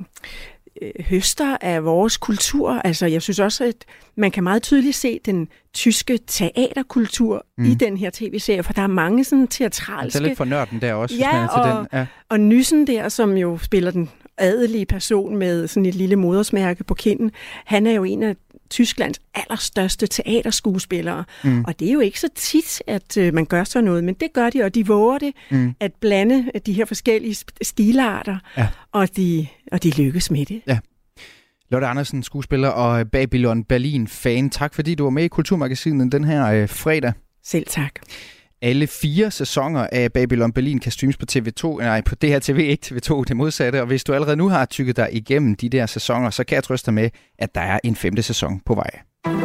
høster af vores kultur. Jeg synes også, at man kan meget tydeligt se den tyske teaterkultur i den her tv-serie, for der er mange sådan teatralske... Det er lidt for nørden der også, hvis man er til den. Ja, og Nyssen der, som jo spiller den adelige person med sådan et lille modersmærke på kinden, han er jo en af Tysklands allerstørste teaterskuespillere. Og det er jo ikke så tit, at man gør sådan noget, men det gør de, og de våger det at blande de her forskellige stilarter, og de lykkes med det. Ja. Lotte Andersen, skuespiller og Babylon Berlin-fan. Tak fordi du var med i Kulturmagasinet den her fredag. Selv tak. Alle 4 sæsoner af Babylon Berlin kan streames på på DRTV, ikke TV2, det modsatte. Og hvis du allerede nu har tykket dig igennem de der sæsoner, så kan jeg trøste dig med, at der er en 5. sæson på vej.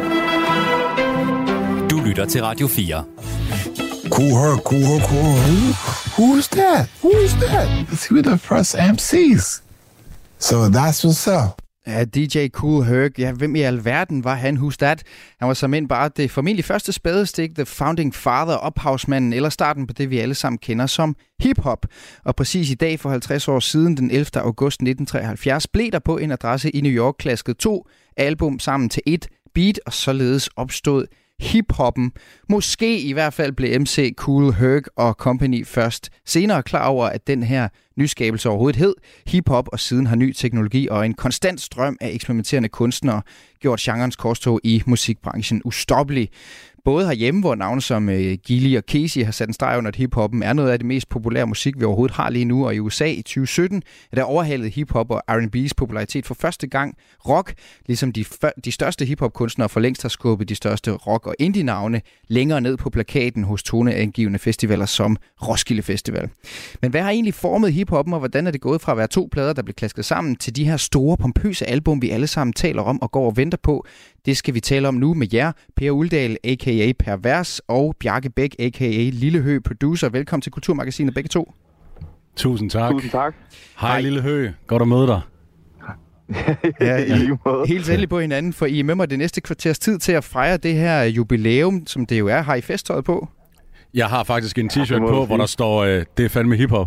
Du lytter til Radio 4. Cool. Who's that? It's who the first MCs. So that's what's up. Ja, DJ Kool Herc. Ja, hvem i alverden var han? Who's that? Han var som end bare det formentlig første spadestik, the founding father, ophavsmanden, eller starten på det, vi alle sammen kender som hip-hop. Og præcis i dag for 50 år siden, den 11. august 1973, blev der på en adresse i New York klasket 2 album sammen til et beat, og således opstod hip-hoppen. Måske i hvert fald blev MC Kool Herc og Company først senere klar over, at den her nyskabelse overhovedet hed hip-hop, og siden har ny teknologi og en konstant strøm af eksperimenterende kunstnere gjort genrens korstog i musikbranchen ustoppelig. Både herhjemme, hvor navne som Gilly og Casey har sat en streg under, at hiphoppen er noget af det mest populære musik, vi overhovedet har lige nu, og i USA i 2017 er der overhalet hiphop og R&B's popularitet for første gang rock, ligesom de største hiphop-kunstnere for længst har skubbet de største rock- og indie-navne længere ned på plakaten hos toneangivende festivaler som Roskilde Festival. Men hvad har egentlig formet hiphoppen, og hvordan er det gået fra at være 2 plader, der blev klasket sammen, til de her store, pompøse album, vi alle sammen taler om og går og venter på? Det skal vi tale om nu med jer, Per Uldal, a.k.a. Pervers, og Bjarke Bæk, a.k.a. Lille Hø, producer. Velkommen til Kulturmagasinet begge to. Tusind tak. Tusind tak. Hej Lille Hø, godt at møde dig. Ja. Helt endelig på hinanden, for I er med mig det næste kvarters tid til at fejre det her jubilæum, som det jo er. Har I festtøjet på? Jeg har faktisk en t-shirt på, hvor der står, det er fandme hiphop.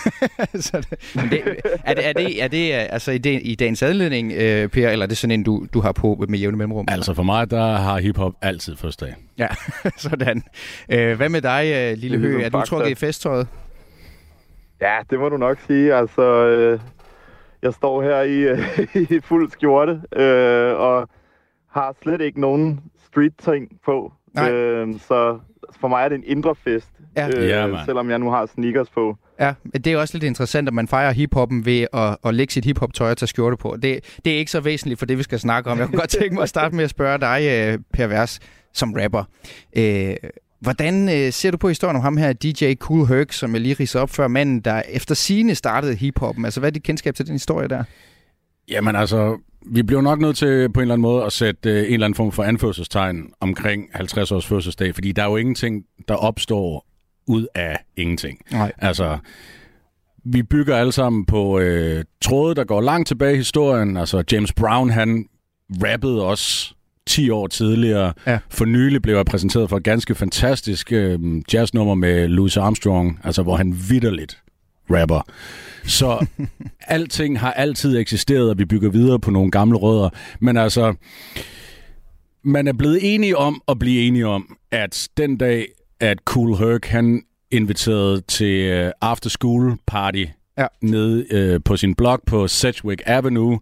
Er det altså i dagens anledning, Per, eller er det sådan en, du har på med jævne mellemrum? Altså for mig, der har hiphop altid første dag. Ja, sådan. Hvad med dig, Lille Hø? Er du trukket i festtøjet? Ja, det må du nok sige. Altså, jeg står her i fuld skjorte, og har slet ikke nogen street-ting på. Så for mig er det en indre fest, selvom jeg nu har sneakers på. Ja, det er også lidt interessant, at man fejrer hiphoppen ved at lægge sit hiphop-tøj og tage skjorte på. Det er ikke så væsentligt for det, vi skal snakke om. Jeg kunne godt tænke mig at starte med at spørge dig, Pervers, som rapper. Hvordan ser du på historien om ham her, DJ Kool Herc, som jeg lige ridser op før, manden, der efter sigende startede hiphoppen? Altså, hvad er dit kendskab til den historie der? Jamen altså, vi blev nok nødt til på en eller anden måde at sætte en eller anden form for anførselstegn omkring 50 års fødselsdag, fordi der er jo ingenting, der opstår ud af ingenting. Nej. Altså, vi bygger alle sammen på tråde, der går langt tilbage i historien. Altså, James Brown, han rappede også 10 år tidligere. Ja. For nylig blev jeg præsenteret for et ganske fantastisk jazznummer med Louis Armstrong, altså hvor han vitterligt rapper. Så alting har altid eksisteret, og vi bygger videre på nogle gamle rødder. Men altså, man er blevet enige om at blive enige om, at den dag, at Kool Herc, han inviterede til after school party nede på sin blog på Sedgwick Avenue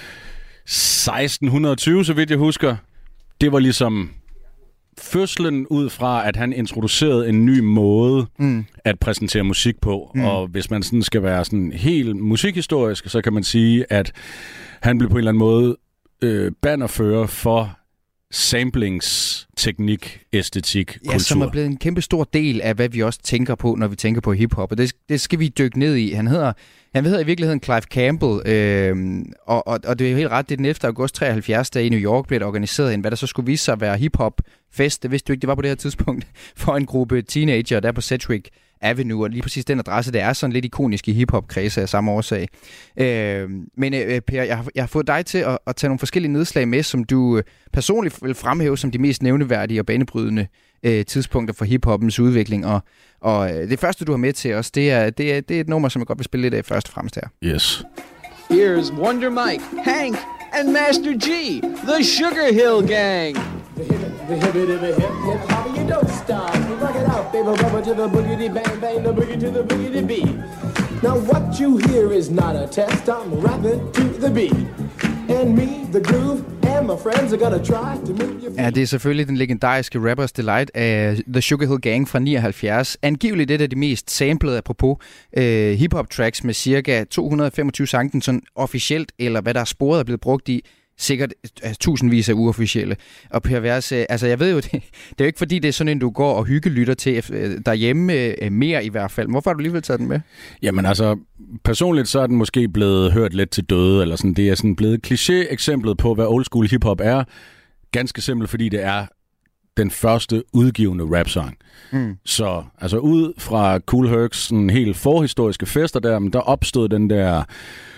1620, så vidt jeg husker. Det var ligesom fødslen ud fra, at han introducerede en ny måde at præsentere musik på. Og hvis man sådan skal være sådan helt musikhistorisk, så kan man sige, at han blev på en eller anden måde bannerfører for samplingsteknik, æstetik, kultur. Ja, som er blevet en kæmpe stor del af, hvad vi også tænker på, når vi tænker på hiphop. Og det skal vi dykke ned i. Han hedder i virkeligheden Clive Campbell, og det er jo helt ret, det er den 11. august 73, der i New York blev organiseret hvad der så skulle vise sig at være hiphop-fest. Det vidste du ikke, det var på det her tidspunkt, for en gruppe teenager der på Sedgwick Avenue, og lige præcis den adresse, det er sådan lidt ikonisk i hiphop-kredse af samme årsag. Men Per, jeg har fået dig til at tage nogle forskellige nedslag med, som du personligt vil fremhæve som de mest nævneværdige og banebrydende tidspunkter for hiphoppens udvikling. Og det første, du har med til os, det er et nummer, som jeg godt vil spille lidt af først og fremmest her. Yes. Here's Wonder Mike, Hank, and Master G, the Sugar Hill Gang. The hippie to the hip, hip hop, you don't stop. You rock it out, baby, rubber to the boogity bang bang, the boogie to the boogity beat. Now what you hear is not a test, I'm rapping to the beat. And me, the groove, and my friends are gonna try to move your feet. Ja, det er selvfølgelig den legendariske Rapper's Delight af The Sugar Hill Gang fra 79. Angiveligt et af de mest samplede, apropos hip-hop tracks med cirka 225 sange, sådan officielt, eller hvad der er sporet er blevet brugt i, sikkert tusindvis af uofficielle. Og Pervers, altså jeg ved jo, det er jo ikke fordi, det er sådan en, du går og hyggelytter til derhjemme mere i hvert fald. Hvorfor har du alligevel taget den med? Jamen altså, personligt så er den måske blevet hørt lidt til døde, eller sådan. Det er sådan blevet kliché-eksemplet på, hvad old school hiphop er. Ganske simpelt, fordi det er den første udgivende rapsang. Så altså ud fra Kool Hercs sådan helt forhistoriske fester der opstod den der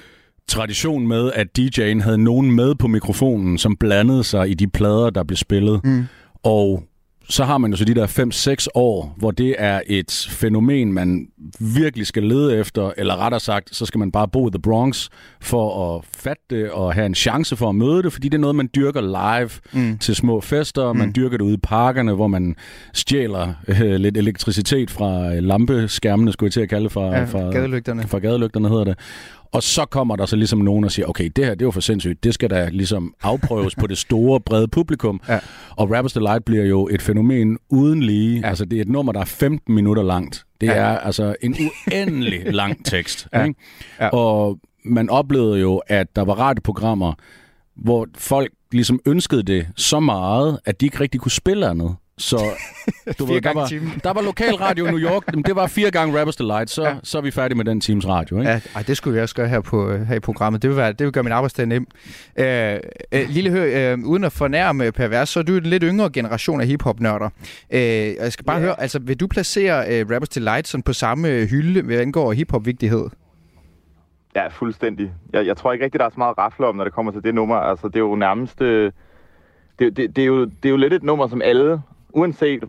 tradition med, at DJ'en havde nogen med på mikrofonen, som blandede sig i de plader, der blev spillet. Og så har man jo så de der 5-6 år, hvor det er et fænomen, man virkelig skal lede efter, eller rettere sagt, så skal man bare bo i The Bronx for at fatte det og have en chance for at møde det, fordi det er noget, man dyrker live til små fester. Man dyrker det ude i parkerne, hvor man stjæler lidt elektricitet fra lampeskærmene, skulle jeg til at kalde fra gadelygterne. Fra gadelygterne hedder det. Og så kommer der så ligesom nogen og siger, okay, det her, det er jo for sindssygt. Det skal da ligesom afprøves på det store, brede publikum. Ja. Og Rapper's Delight bliver jo et fænomen uden lige. Ja. Altså, det er et nummer, der er 15 minutter langt. Det er altså en uendelig lang tekst. Ja. Ikke? Ja. Og man oplevede jo, at der var radioprogrammer, hvor folk ligesom ønskede det så meget, at de ikke rigtig kunne spille andet. Så du ved, der var lokal radio i New York. Det var 4 gange Rapper's Delight. Så er vi færdige med den times radio, ikke? Ja, det skulle vi også gøre her i programmet. Det vil gøre min arbejdsdag nem. Lille Hø, uden at fornærme Pervers, så er du en lidt yngre generation af hiphop-nørder. Jeg skal bare høre, altså vil du placere Rapper's Delight sådan på samme hylde, hvad angår hiphop-vigtighed? Ja, fuldstændig. Jeg tror ikke rigtig, der er så meget at rafle om, når det kommer til det nummer. Altså, det er jo nærmest... Det er jo lidt et nummer, som alle, uanset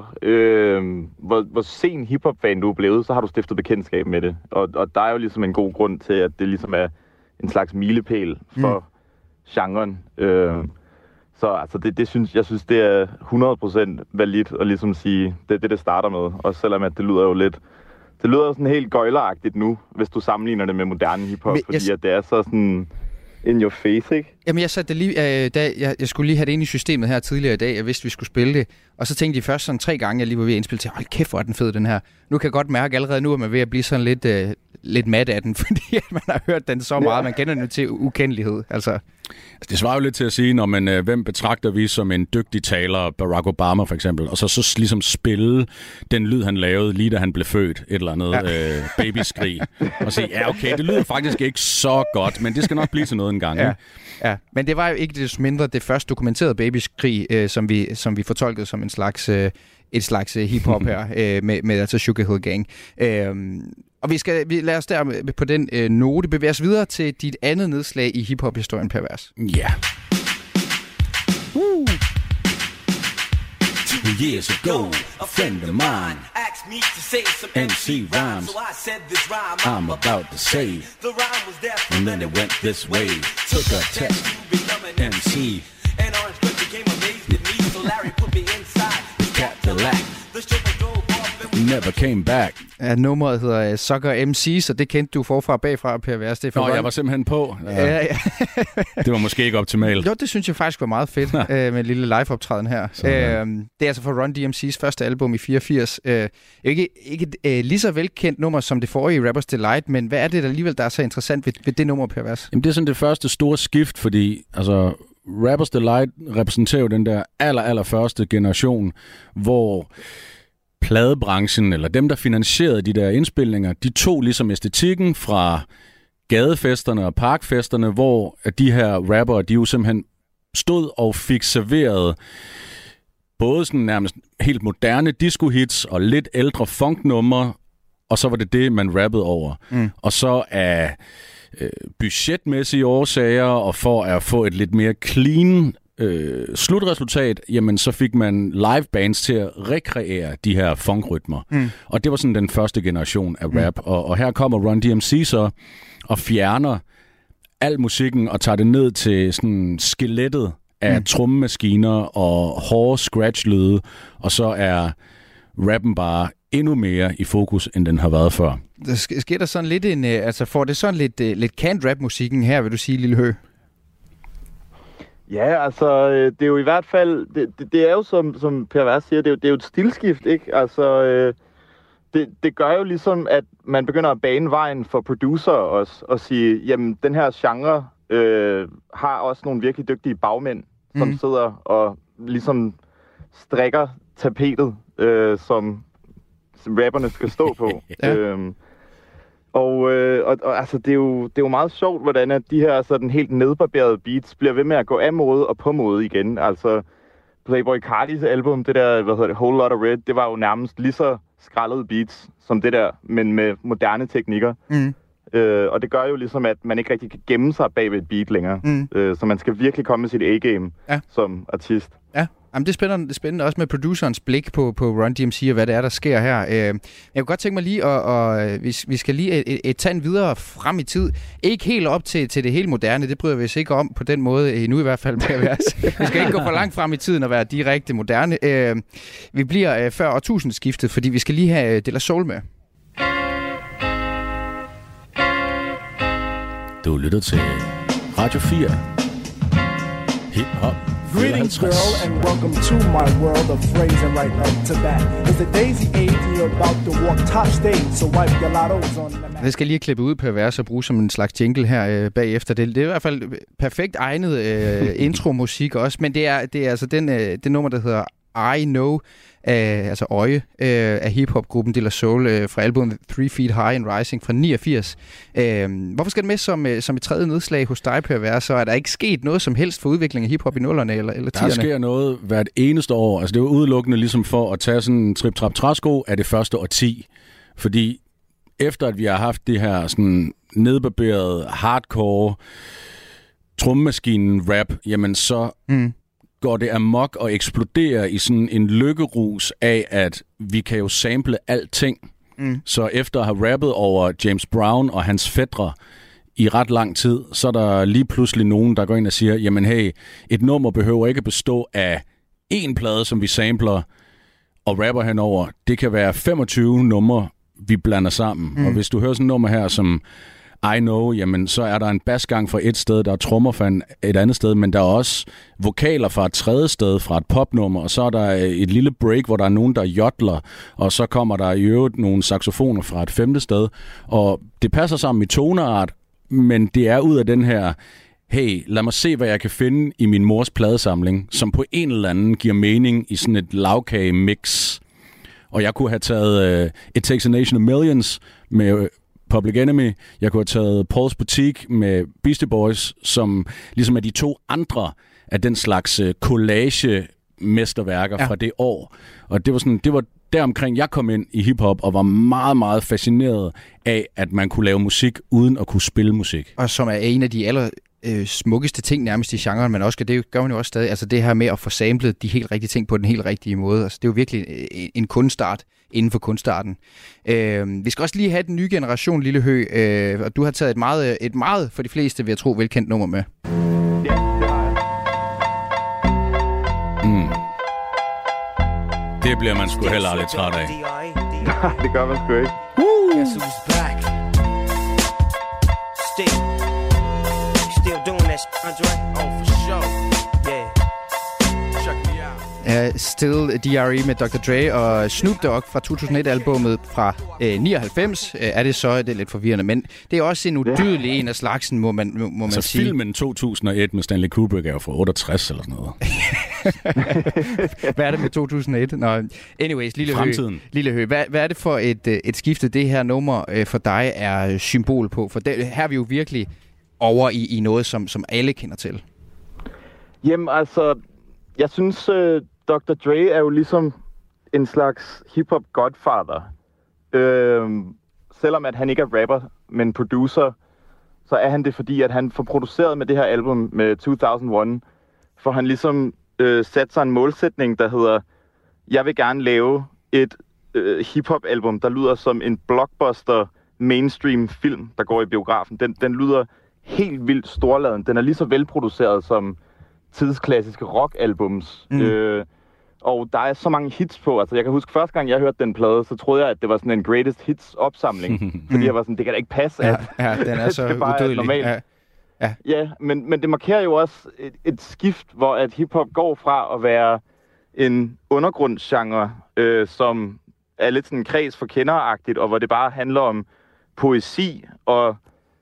hvor sen hiphop-fan du er blevet, så har du stiftet bekendtskab med det. Og der er jo ligesom en god grund til, at det ligesom er en slags milepæl for genren. Så altså, jeg synes, det er 100% validt at ligesom sige, det starter med. Også selvom at det lyder jo lidt... Det lyder sådan helt gøjleragtigt nu, hvis du sammenligner det med moderne hiphop, fordi at det er så sådan... in your face, ikke? Jamen, jeg satte det lige, jeg skulle lige have det ind i systemet her tidligere i dag. Jeg vidste, vi skulle spille det. Og så tænkte jeg først sådan 3 gange, jeg lige var ved at indspille til, hold kæft, hvor er den fed, den her. Nu kan jeg godt mærke allerede nu, at man er ved at blive sådan lidt mat af den, fordi at man har hørt den så meget. Man kender den til ukendelighed, altså. Det svarer jo lidt til at sige, når man, hvem betragter vi som en dygtig taler, Barack Obama for eksempel, og så ligesom spille den lyd, han lavede, lige da han blev født, et eller andet babyskrig, og sige, ja okay, det lyder faktisk ikke så godt, men det skal nok blive til noget en gang. Ja, men det var jo ikke det mindre det første dokumenterede babyskrig, som vi fortolkede som et slags hiphop her, med altså Sugar Hill Gang. Og vi lader os der på den note bevæge os videre til dit andet nedslag i hiphop-historien, Pervers. Ja. 2 years ago, a friend of mine asked me to say some MC rhymes. So I said this rhyme I'm about to say. The rhyme was deaf, and then it went this way. Took a test to become an MC, and Orange Cliff became amazed at me. So Larry put me inside his Cadillac. The stripper drove off and we never came back. Ja, nummeret hedder Sucker MC, så det kendte du forfra og bagfra, Pervers. Nå, jeg var simpelthen på. Ja. Det var måske ikke optimalt. Jo, det synes jeg faktisk var meget fedt med en lille live-optræden her. Det er altså fra Run DMC's første album i 84. Ikke lige så velkendt nummer som det forrige Rapper's Delight, men hvad er det der alligevel, der er så interessant ved det nummer, Pervers? Jamen, det er sådan det første store skift, fordi altså, Rapper's Delight repræsenterer jo den der allerførste generation, hvor pladebranchen, eller dem, der finansierede de der indspilninger, de tog ligesom æstetikken fra gadefesterne og parkfesterne, hvor de her rappere, de jo simpelthen stod og fik serveret både sådan nærmest helt moderne disco-hits og lidt ældre funknumre, og så var det, man rappede over. Og så af budgetmæssige årsager, og for at få et lidt mere clean slutresultat, jamen så fik man livebands til at rekreere de her funkrytmer. Og det var sådan den første generation af rap. Og her kommer Run DMC så og fjerner al musikken og tager det ned til sådan skelettet af trommemaskiner og hårde scratch-lyde, og så er rappen bare endnu mere i fokus, end den har været før. Der sker der sådan lidt får det sådan lidt canned rap-musikken her, vil du sige, Lille Hø? Ja, altså, det er jo i hvert fald, det er jo som Pervers siger, det er jo et stilskift, ikke? Altså, det gør jo ligesom, at man begynder at bane vejen for producer også, og sige, jamen, den her genre har også nogle virkelig dygtige bagmænd, som sidder og ligesom strikker tapetet, som rapperne skal stå på. Og altså, det er jo meget sjovt, hvordan at de her sådan helt nedbarberede beats bliver ved med at gå af mode og på mode igen. Altså, Playboi Cartis album, det der, Whole Lotta Red, det var jo nærmest lige så skraldede beats som det der, men med moderne teknikker. Og det gør jo ligesom, at man ikke rigtig kan gemme sig bag ved et beat længere. Så man skal virkelig komme med sit A-game som artist. Ja, jamen, det er spændende også med producerens blik på Run DMC og hvad det er, der sker her. Jeg kunne godt tænke mig lige, vi skal lige tage en videre frem i tid. Ikke helt op til det helt moderne, det bryder vi os ikke om på den måde, endnu i hvert fald. Vi skal ikke gå for langt frem i tiden og være direkte moderne. Vi bliver før årtusindskiftet, fordi vi skal lige have De La Soul med. Du lytter til Radio 4. Hip-hop. Greetings, girl, and welcome to my world of phrasing right up to that. It's the daisy age, you're about to walk top stage, so wipe your lottos on the map. Det skal lige klippe ud på vers og bruge som en slags jingle her bagefter. Det er i hvert fald perfekt egnet intro-musik også, men det er altså det nummer, der hedder I Know, altså Øje, af hiphop-gruppen De La Soul fra albumet 3 Feet High and Rising fra 89. Hvorfor skal det med som et tredje nedslag hos dig, Per Vers? Så er der ikke sket noget som helst for udviklingen af hiphop i 0'erne eller 10'erne? Der sker noget hvert eneste år. Altså det er jo udelukkende ligesom for at tage sådan en trip-trap-træsko af det første årti. Fordi efter at vi har haft det her sådan nedbarberede hardcore trommemaskinen rap, jamen så går det amok og eksploderer i sådan en lykkerus af, at vi kan jo sample alting. Så efter at have rappet over James Brown og hans fætre i ret lang tid, så er der lige pludselig nogen, der går ind og siger, jamen hey, et nummer behøver ikke bestå af én plade, som vi sampler og rapper henover. Det kan være 25 numre, vi blander sammen. Og hvis du hører sådan et nummer her, som I Know, jamen så er der en basgang fra et sted, der er trommer fra et andet sted, men der er også vokaler fra et tredje sted, fra et popnummer, og så er der et lille break, hvor der er nogen, der jodler, og så kommer der i øvrigt nogle saxofoner fra et femte sted, og det passer sammen i toneart, men det er ud af den her, hey, lad mig se, hvad jeg kan finde i min mors pladesamling, som på en eller anden giver mening i sådan et lavkage-mix. Og jeg kunne have taget It Takes a Nation of Millions med Public Enemy. Jeg kunne have taget Paul's Boutique med Beastie Boys, som ligesom er de to andre af den slags collage-mesterværker fra det år. Og det var deromkring, jeg kom ind i hiphop og var meget, meget fascineret af, at man kunne lave musik uden at kunne spille musik. Og som er en af de smukkeste ting nærmest i genren, men også det gør man jo også stadig. Altså det her med at få samlet de helt rigtige ting på den helt rigtige måde. Altså det er jo virkelig en kunstart inden for kunstarten. Vi skal også lige have den nye generation, Lille Hø, og du har taget et meget for de fleste, vil jeg tro, velkendt nummer med. Det bliver man sgu heller aldrig træt af. Nej, det gør man sgu ikke. Guess who's back? Still doing that, Andre? Oh, for sure. Yeah. Check me out. Still D.R.E. med Dr. Dre og Snoop Dogg fra 2001-albummet fra 99. Er det så? Det er lidt forvirrende, men det er også en udydelig en af slagsen, må man sige. Filmen 2001 med Stanley Kubrick er jo fra 68 eller sådan noget. Hvad er det med 2001? Nå, anyways, Lille Hø. Hvad er det for et skifte, det her nummer for dig er symbol på? For her er vi jo virkelig over i noget, som alle kender til. Jamen altså, jeg synes, Dr. Dre er jo ligesom en slags hip-hop godfather. Selvom at han ikke er rapper, men producer, så er han det, fordi at han får produceret med det her album med 2001, for han ligesom sat sig en målsætning, der hedder, jeg vil gerne lave et hip-hop-album, der lyder som en blockbuster mainstream film, der går i biografen. Den lyder helt vildt storladen. Den er lige så velproduceret som tidsklassiske rock-albums. Og der er så mange hits på. Altså, jeg kan huske, første gang jeg hørte den plade, så troede jeg, at det var sådan en greatest hits-opsamling. Fordi jeg var sådan, det kan da ikke passe, at den er så det bare er normalt. Ja, men det markerer jo også et skift, hvor at hiphop går fra at være en undergrundsgenre, som er lidt sådan kreds for kenderagtigt, og hvor det bare handler om poesi og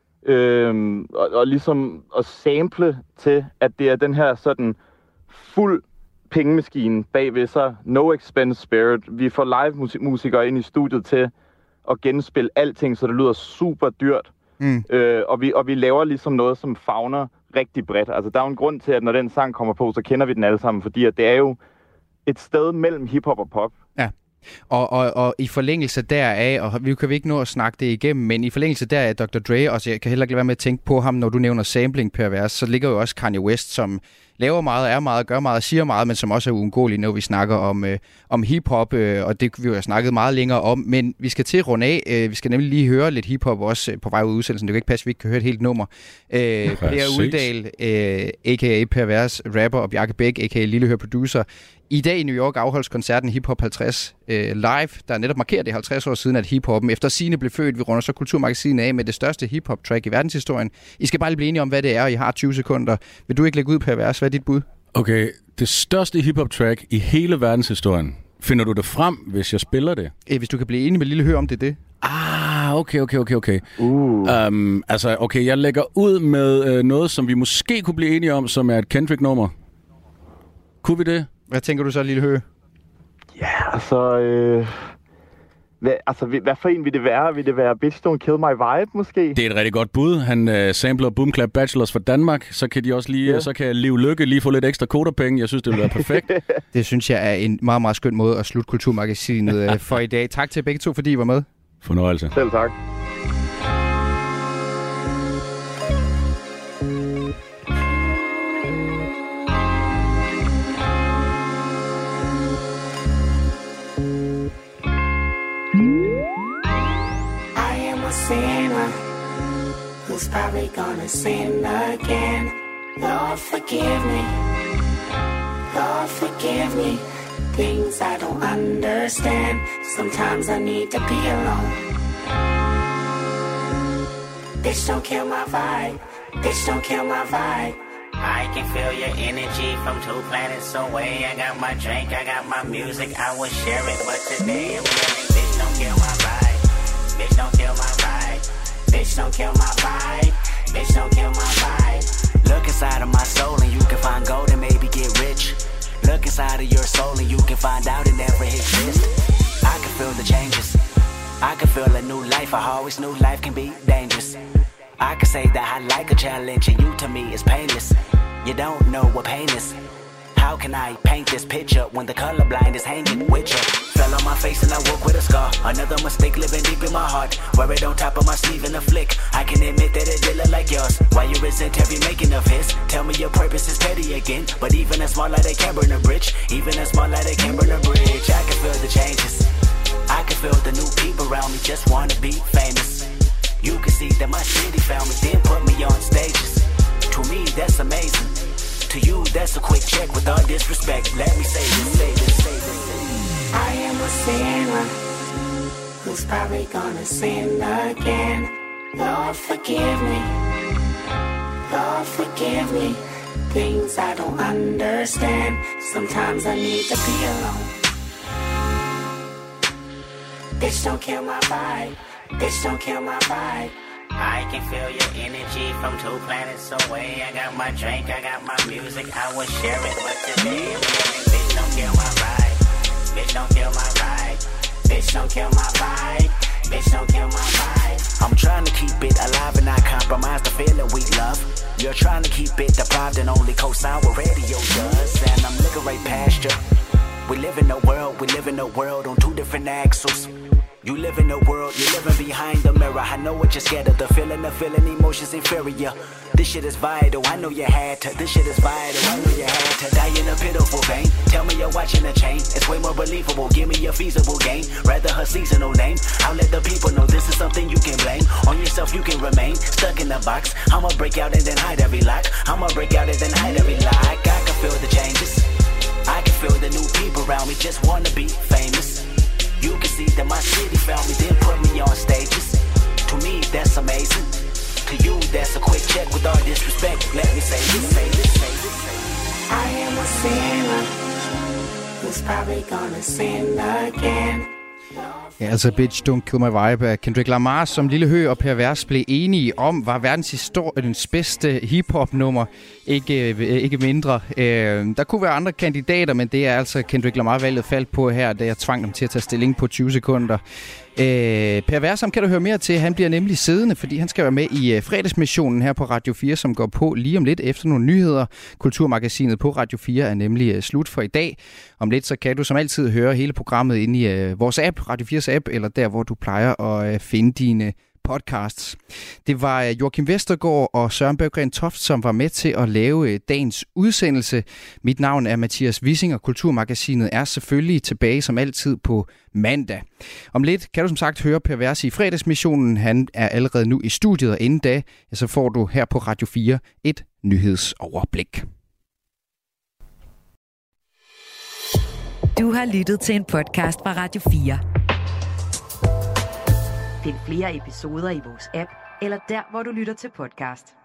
ligesom at sample til, at det er den her sådan fuld pengemaskine bagved sig, no expense spared. Vi får live-musikere ind i studiet til at genspille alting, så det lyder super dyrt. Og vi laver ligesom noget, som favner rigtig bredt. Altså, der er jo en grund til, at når den sang kommer på, så kender vi den alle sammen, fordi at det er jo et sted mellem hiphop og pop. Ja. Og i forlængelse deraf, og vi kan ikke nå at snakke det igennem, men i forlængelse deraf Dr. Dre, og jeg kan heller ikke lade være med at tænke på ham, når du nævner sampling per vers, så ligger jo også Kanye West, som laver meget, er meget, gør meget, siger meget, men som også er uundgåelig, når vi snakker om hiphop, og det vi jo have snakket meget længere om. Men vi skal til at runde af. Vi skal nemlig lige høre lidt hiphop også på vej ud af udsendelsen. Det kan ikke passe, at vi ikke kan høre et helt nummer. Per Uldal, a.k.a. Per Vers, rapper, og Bjarke Bæk, a.k.a. Lillehør producer. I dag i New York afholdes koncerten Hip Hop 50 live, der netop markerer det 50 år siden, at hiphoppen efter sigende blev født. Vi runder så Kulturmagasinet af med det største hiphop-track i verdenshistorien. I skal bare lige blive enige om, hvad det er, og I har 20 sekunder. Vil du ikke lægge ud, Per Vers? Hvad er dit bud? Okay, det største hiphop-track i hele verdenshistorien. Finder du det frem, hvis jeg spiller det? Hvis du kan blive enig med Lillehør om det. Okay. Okay, jeg lægger ud med noget, som vi måske kunne blive enige om, som er et Kendrick-nummer. Kunne vi det? Hvad tænker du så, Lillehør? Ja, hvad for en vil det være? Vil det være Bitch Don't Kill My Vibe, måske? Det er et rigtig godt bud. Han sampler Boom Clap Bachelors fra Danmark. Så kan de også lige, så kan Liv Lykke lige få lidt ekstra koderpenge. Jeg synes, det vil være perfekt. Det synes jeg er en meget, meget skøn måde at slutte Kulturmagasinet for i dag. Tak til begge to, fordi I var med. Fornøjelse. Selv tak. Sinner who's probably gonna sin again. Lord, forgive me. Lord, forgive me. Things I don't understand. Sometimes I need to be alone. Bitch, don't kill my vibe. Bitch, don't kill my vibe. I can feel your energy from 2 planets away. I got my drink, I got my music, I will share it. But today I'm yelling, bitch, don't kill my vibe. Bitch, don't kill my vibe. Bitch, don't kill my vibe. Bitch, don't kill my vibe. Look inside of my soul and you can find gold and maybe get rich. Look inside of your soul and you can find out it never exists. I can feel the changes. I can feel a new life. I always knew life can be dangerous. I can say that I like a challenge and you to me is painless. You don't know what pain is. How can I paint this picture when the colorblind is hanging with you? Fell on my face and I woke with a scar. Another mistake living deep in my heart. Wear it on top of my sleeve in a flick. I can admit that it did look like yours. Why you resent every making of his? Tell me your purpose is petty again. But even a small light, they can burn a bridge. Even a small light, they can burn a bridge. I can feel the changes. I can feel the new people around me just wanna be famous. You can see that my city found me, then put me on stages. To me, that's amazing. To you, that's a quick check with all disrespect. Let me say this. I am a sinner who's probably gonna sin again. Lord, forgive me. Lord, forgive me. Things I don't understand. Sometimes I need to be alone. Bitch, don't kill my vibe. Bitch, don't kill my vibe. I can feel your energy from 2 planets away. I got my drink, I got my music, I will share it. But today I'm yelling, bitch, don't kill my vibe. Bitch, don't kill my vibe. Bitch, don't kill my vibe. Bitch, don't kill my vibe. I'm trying to keep it alive and not compromise the feeling we love. You're trying to keep it deprived and only co-sign what radio does. And I'm looking right past you. We live in a world on 2 different axles. You live in a world, you're living behind the mirror. I know what you're scared of, the feeling emotions inferior. This shit is vital, I know you had to. This shit is vital, I know you had to. Die in a pitiful pain, tell me you're watching a chain. It's way more believable, give me a feasible game. Rather her seasonal name, I'll let the people know this is something you can blame. On yourself you can remain, stuck in a box. I'ma break out and then hide every lock. I'ma break out and then hide every lock. I can feel the changes, I can feel the new people around me just wanna be famous. You can see that my city found me, then put me on stages. To me, that's amazing. To you, that's a quick check with all disrespect. Let me say this. I am a sinner who's probably gonna sin again. Ja, altså Bitch Don't Kill My Vibe af Kendrick Lamar, som Lille Hø og Per Vers blev enige om, var verdenshistoriens bedste hiphop-nummer. Ikke mindre. Der kunne være andre kandidater, men det er altså Kendrick Lamar-valget faldt på her, da jeg tvang dem til at tage stilling på 20 sekunder. Per Vers, ham kan du høre mere til. Han bliver nemlig siddende, fordi han skal være med i fredagsmissionen her på Radio 4, som går på lige om lidt efter nogle nyheder. Kulturmagasinet på Radio 4 er nemlig slut for i dag. Om lidt så kan du som altid høre hele programmet inde i vores app, Radio 4's app, eller der, hvor du plejer at finde dine podcasts. Det var Joachim Vestergaard og Søren Berggren Toft, som var med til at lave dagens udsendelse. Mit navn er Mathias Wissing, og Kulturmagasinet er selvfølgelig tilbage som altid på mandag. Om lidt kan du som sagt høre Per Vers i fredagsmissionen. Han er allerede nu i studiet, og inden da, så får du her på Radio 4 et nyhedsoverblik. Du har lyttet til en podcast fra Radio 4. Find flere episoder i vores app, eller der, hvor du lytter til podcast.